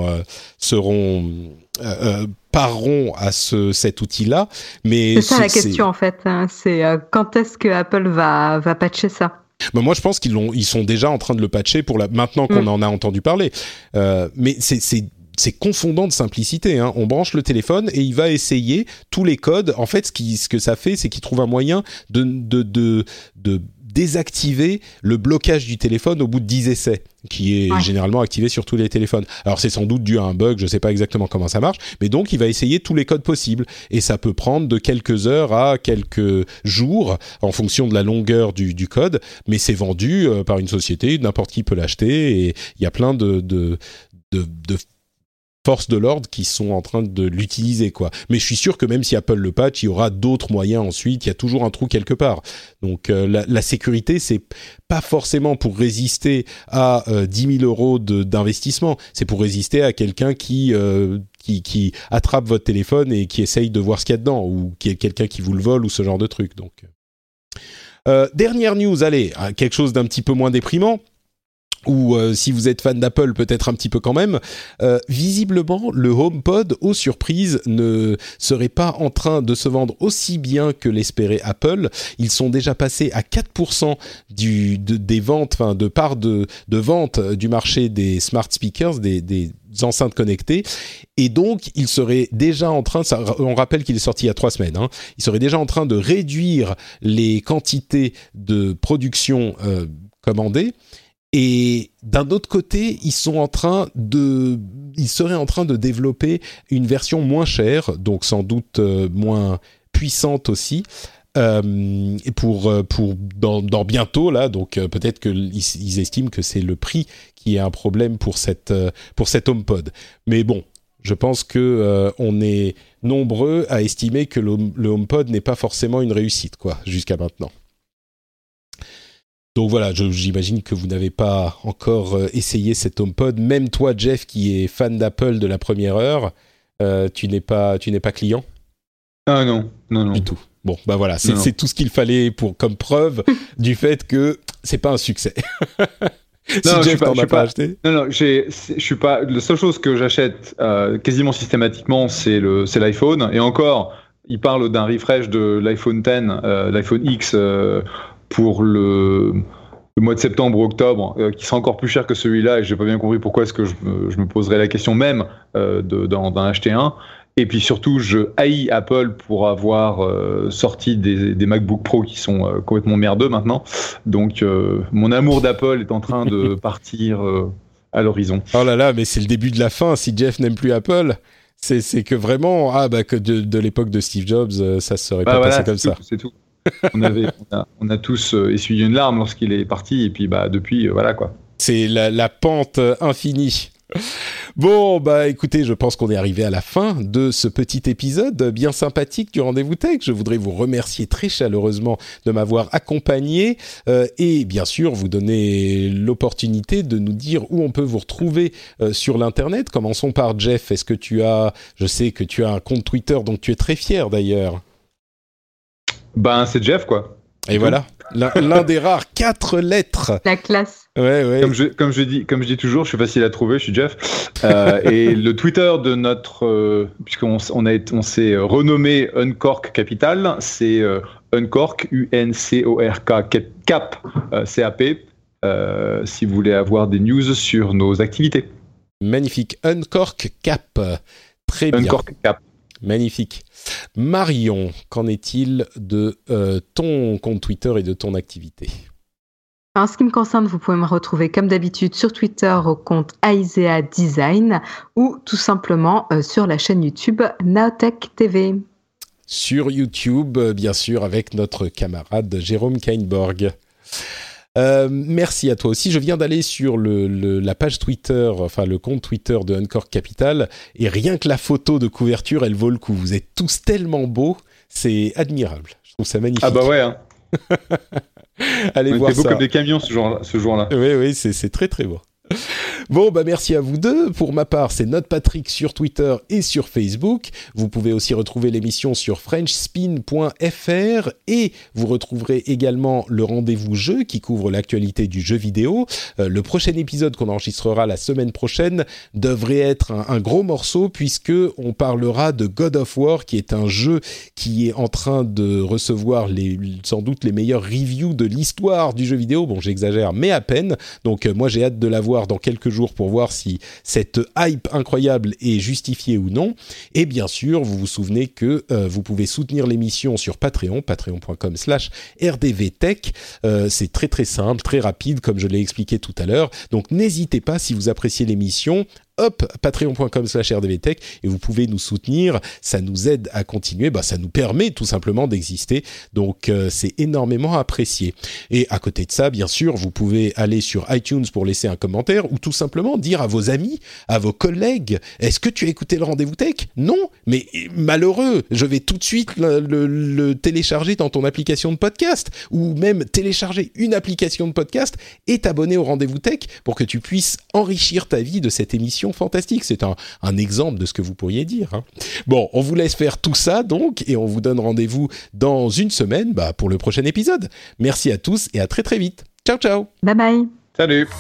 pareront à cet outil-là, mais c'est ça la question en fait, hein. C'est quand est-ce que Apple va patcher ça? Ben moi, je pense qu'ils sont déjà en train de le patcher maintenant qu'on en a entendu parler. Mais c'est confondant de simplicité, hein. On branche le téléphone et il va essayer tous les codes. En fait, ce que ça fait, c'est qu'il trouve un moyen de désactiver le blocage du téléphone au bout de 10 essais, qui est généralement activé sur tous les téléphones. Alors c'est sans doute dû à un bug, je ne sais pas exactement comment ça marche, mais donc il va essayer tous les codes possibles, et ça peut prendre de quelques heures à quelques jours, en fonction de la longueur du code, mais c'est vendu par une société, n'importe qui peut l'acheter, et il y a plein de forces de l'ordre qui sont en train de l'utiliser, quoi. Mais je suis sûr que même si Apple le patch, il y aura d'autres moyens ensuite, il y a toujours un trou quelque part. Donc la sécurité, c'est pas forcément pour résister à 10 000 € d'investissement, c'est pour résister à quelqu'un qui attrape votre téléphone et qui essaye de voir ce qu'il y a dedans, ou qui est quelqu'un qui vous le vole, ou ce genre de truc. Donc dernière news, allez, quelque chose d'un petit peu moins déprimant, ou si vous êtes fan d'Apple, peut-être un petit peu quand même. Visiblement, le HomePod, aux surprises, ne serait pas en train de se vendre aussi bien que l'espérait Apple. Ils sont déjà passés à 4% des ventes, enfin de part de vente du marché des smart speakers, des enceintes connectées, et donc il serait déjà en train, on rappelle qu'il est sorti il y a 3 semaines, hein, il serait déjà en train de réduire les quantités de production commandées. Et d'un autre côté, ils seraient en train de développer une version moins chère, donc sans doute moins puissante aussi, dans bientôt là. Donc peut-être qu'ils estiment que c'est le prix qui est un problème pour cet HomePod. Mais bon, Je pense que on est nombreux à estimer que le HomePod n'est pas forcément une réussite, quoi, jusqu'à maintenant. Donc voilà, j'imagine que vous n'avez pas encore essayé cet HomePod. Même toi, Jeff, qui est fan d'Apple de la première heure, tu n'es pas client ? Ah non. Du tout. Bon, bah voilà, c'est tout ce qu'il fallait comme preuve du fait que c'est pas un succès. Non, Jeff t'en a pas acheté. Non, je suis pas. La seule chose que j'achète quasiment systématiquement, c'est l'iPhone. Et encore, il parle d'un refresh de l'iPhone X, l'iPhone X pour le mois de septembre ou octobre, qui sera encore plus cher que celui-là. Et j'ai pas bien compris pourquoi est-ce que je me poserais la question même d'en acheter un. Et puis surtout, je haïs Apple pour avoir sorti des MacBook Pro qui sont complètement merdeux maintenant. Donc, mon amour d'Apple est en train de partir à l'horizon. Oh là là, mais c'est le début de la fin. Si Jeff n'aime plus Apple, c'est que vraiment, que de l'époque de Steve Jobs, ça se serait pas passé comme ça. C'est tout. On a tous essuyé une larme lorsqu'il est parti. Et puis, depuis, voilà quoi. C'est la pente infinie. Bon, écoutez, je pense qu'on est arrivé à la fin de ce petit épisode bien sympathique du Rendez-vous Tech. Je voudrais vous remercier très chaleureusement de m'avoir accompagné et bien sûr vous donner l'opportunité de nous dire où on peut vous retrouver sur l'internet. Commençons par Jeff. Je sais que tu as un compte Twitter dont tu es très fier d'ailleurs. C'est Jeff quoi. Et voilà, l'un des rares 4 lettres. La classe. Ouais. Comme je dis toujours, je suis facile à trouver, je suis Jeff. Et le Twitter de notre, puisqu'on s'est renommé Uncork Capital, c'est Uncork, UNCORK Cap, CAP, si vous voulez avoir des news sur nos activités. Magnifique, Uncork Cap, très bien. Uncork Cap. Magnifique. Marion, qu'en est-il de ton compte Twitter et de ton activité ? En ce qui me concerne, vous pouvez me retrouver comme d'habitude sur Twitter au compte Aisea Design ou tout simplement sur la chaîne YouTube Nowtech TV. Sur YouTube, bien sûr, avec notre camarade Jérôme Kainborg. Merci à toi aussi. Je viens d'aller sur la page Twitter, enfin le compte Twitter de Uncork Capital, et rien que la photo de couverture, elle vaut le coup. Vous êtes tous tellement beaux, c'est admirable. Je trouve ça magnifique. Ah bah ouais. Hein. Allez voir ça. C'est beau comme des camions ce jour-là. Oui, c'est très très beau. Bon, merci à vous deux. Pour ma part, c'est NotePatrick sur Twitter et sur Facebook. Vous pouvez aussi retrouver l'émission sur frenchspin.fr et vous retrouverez également le rendez-vous jeu qui couvre l'actualité du jeu vidéo. Le prochain épisode qu'on enregistrera la semaine prochaine devrait être un gros morceau puisque on parlera de God of War, qui est un jeu qui est en train de recevoir sans doute les meilleures reviews de l'histoire du jeu vidéo. Bon, j'exagère, mais à peine. Donc moi, j'ai hâte de la voir dans quelques jours pour voir si cette hype incroyable est justifiée ou non. Et bien sûr, vous vous souvenez que vous pouvez soutenir l'émission sur Patreon, patreon.com/rdvtech. C'est très très simple, très rapide, comme je l'ai expliqué tout à l'heure. Donc n'hésitez pas, si vous appréciez l'émission, patreon.com/rdvtech, et vous pouvez nous soutenir, ça nous aide à continuer, ça nous permet tout simplement d'exister, donc c'est énormément apprécié. Et à côté de ça, bien sûr, vous pouvez aller sur iTunes pour laisser un commentaire, ou tout simplement dire à vos amis, à vos collègues, est-ce que tu as écouté le Rendez-vous Tech ? Non, mais malheureux, je vais tout de suite le télécharger dans ton application de podcast, ou même télécharger une application de podcast et t'abonner au Rendez-vous Tech pour que tu puisses enrichir ta vie de cette émission fantastique. C'est un exemple de ce que vous pourriez dire. Hein. Bon, on vous laisse faire tout ça donc, et on vous donne rendez-vous dans une semaine pour le prochain épisode. Merci à tous et à très très vite. Ciao ciao. Bye bye. Salut.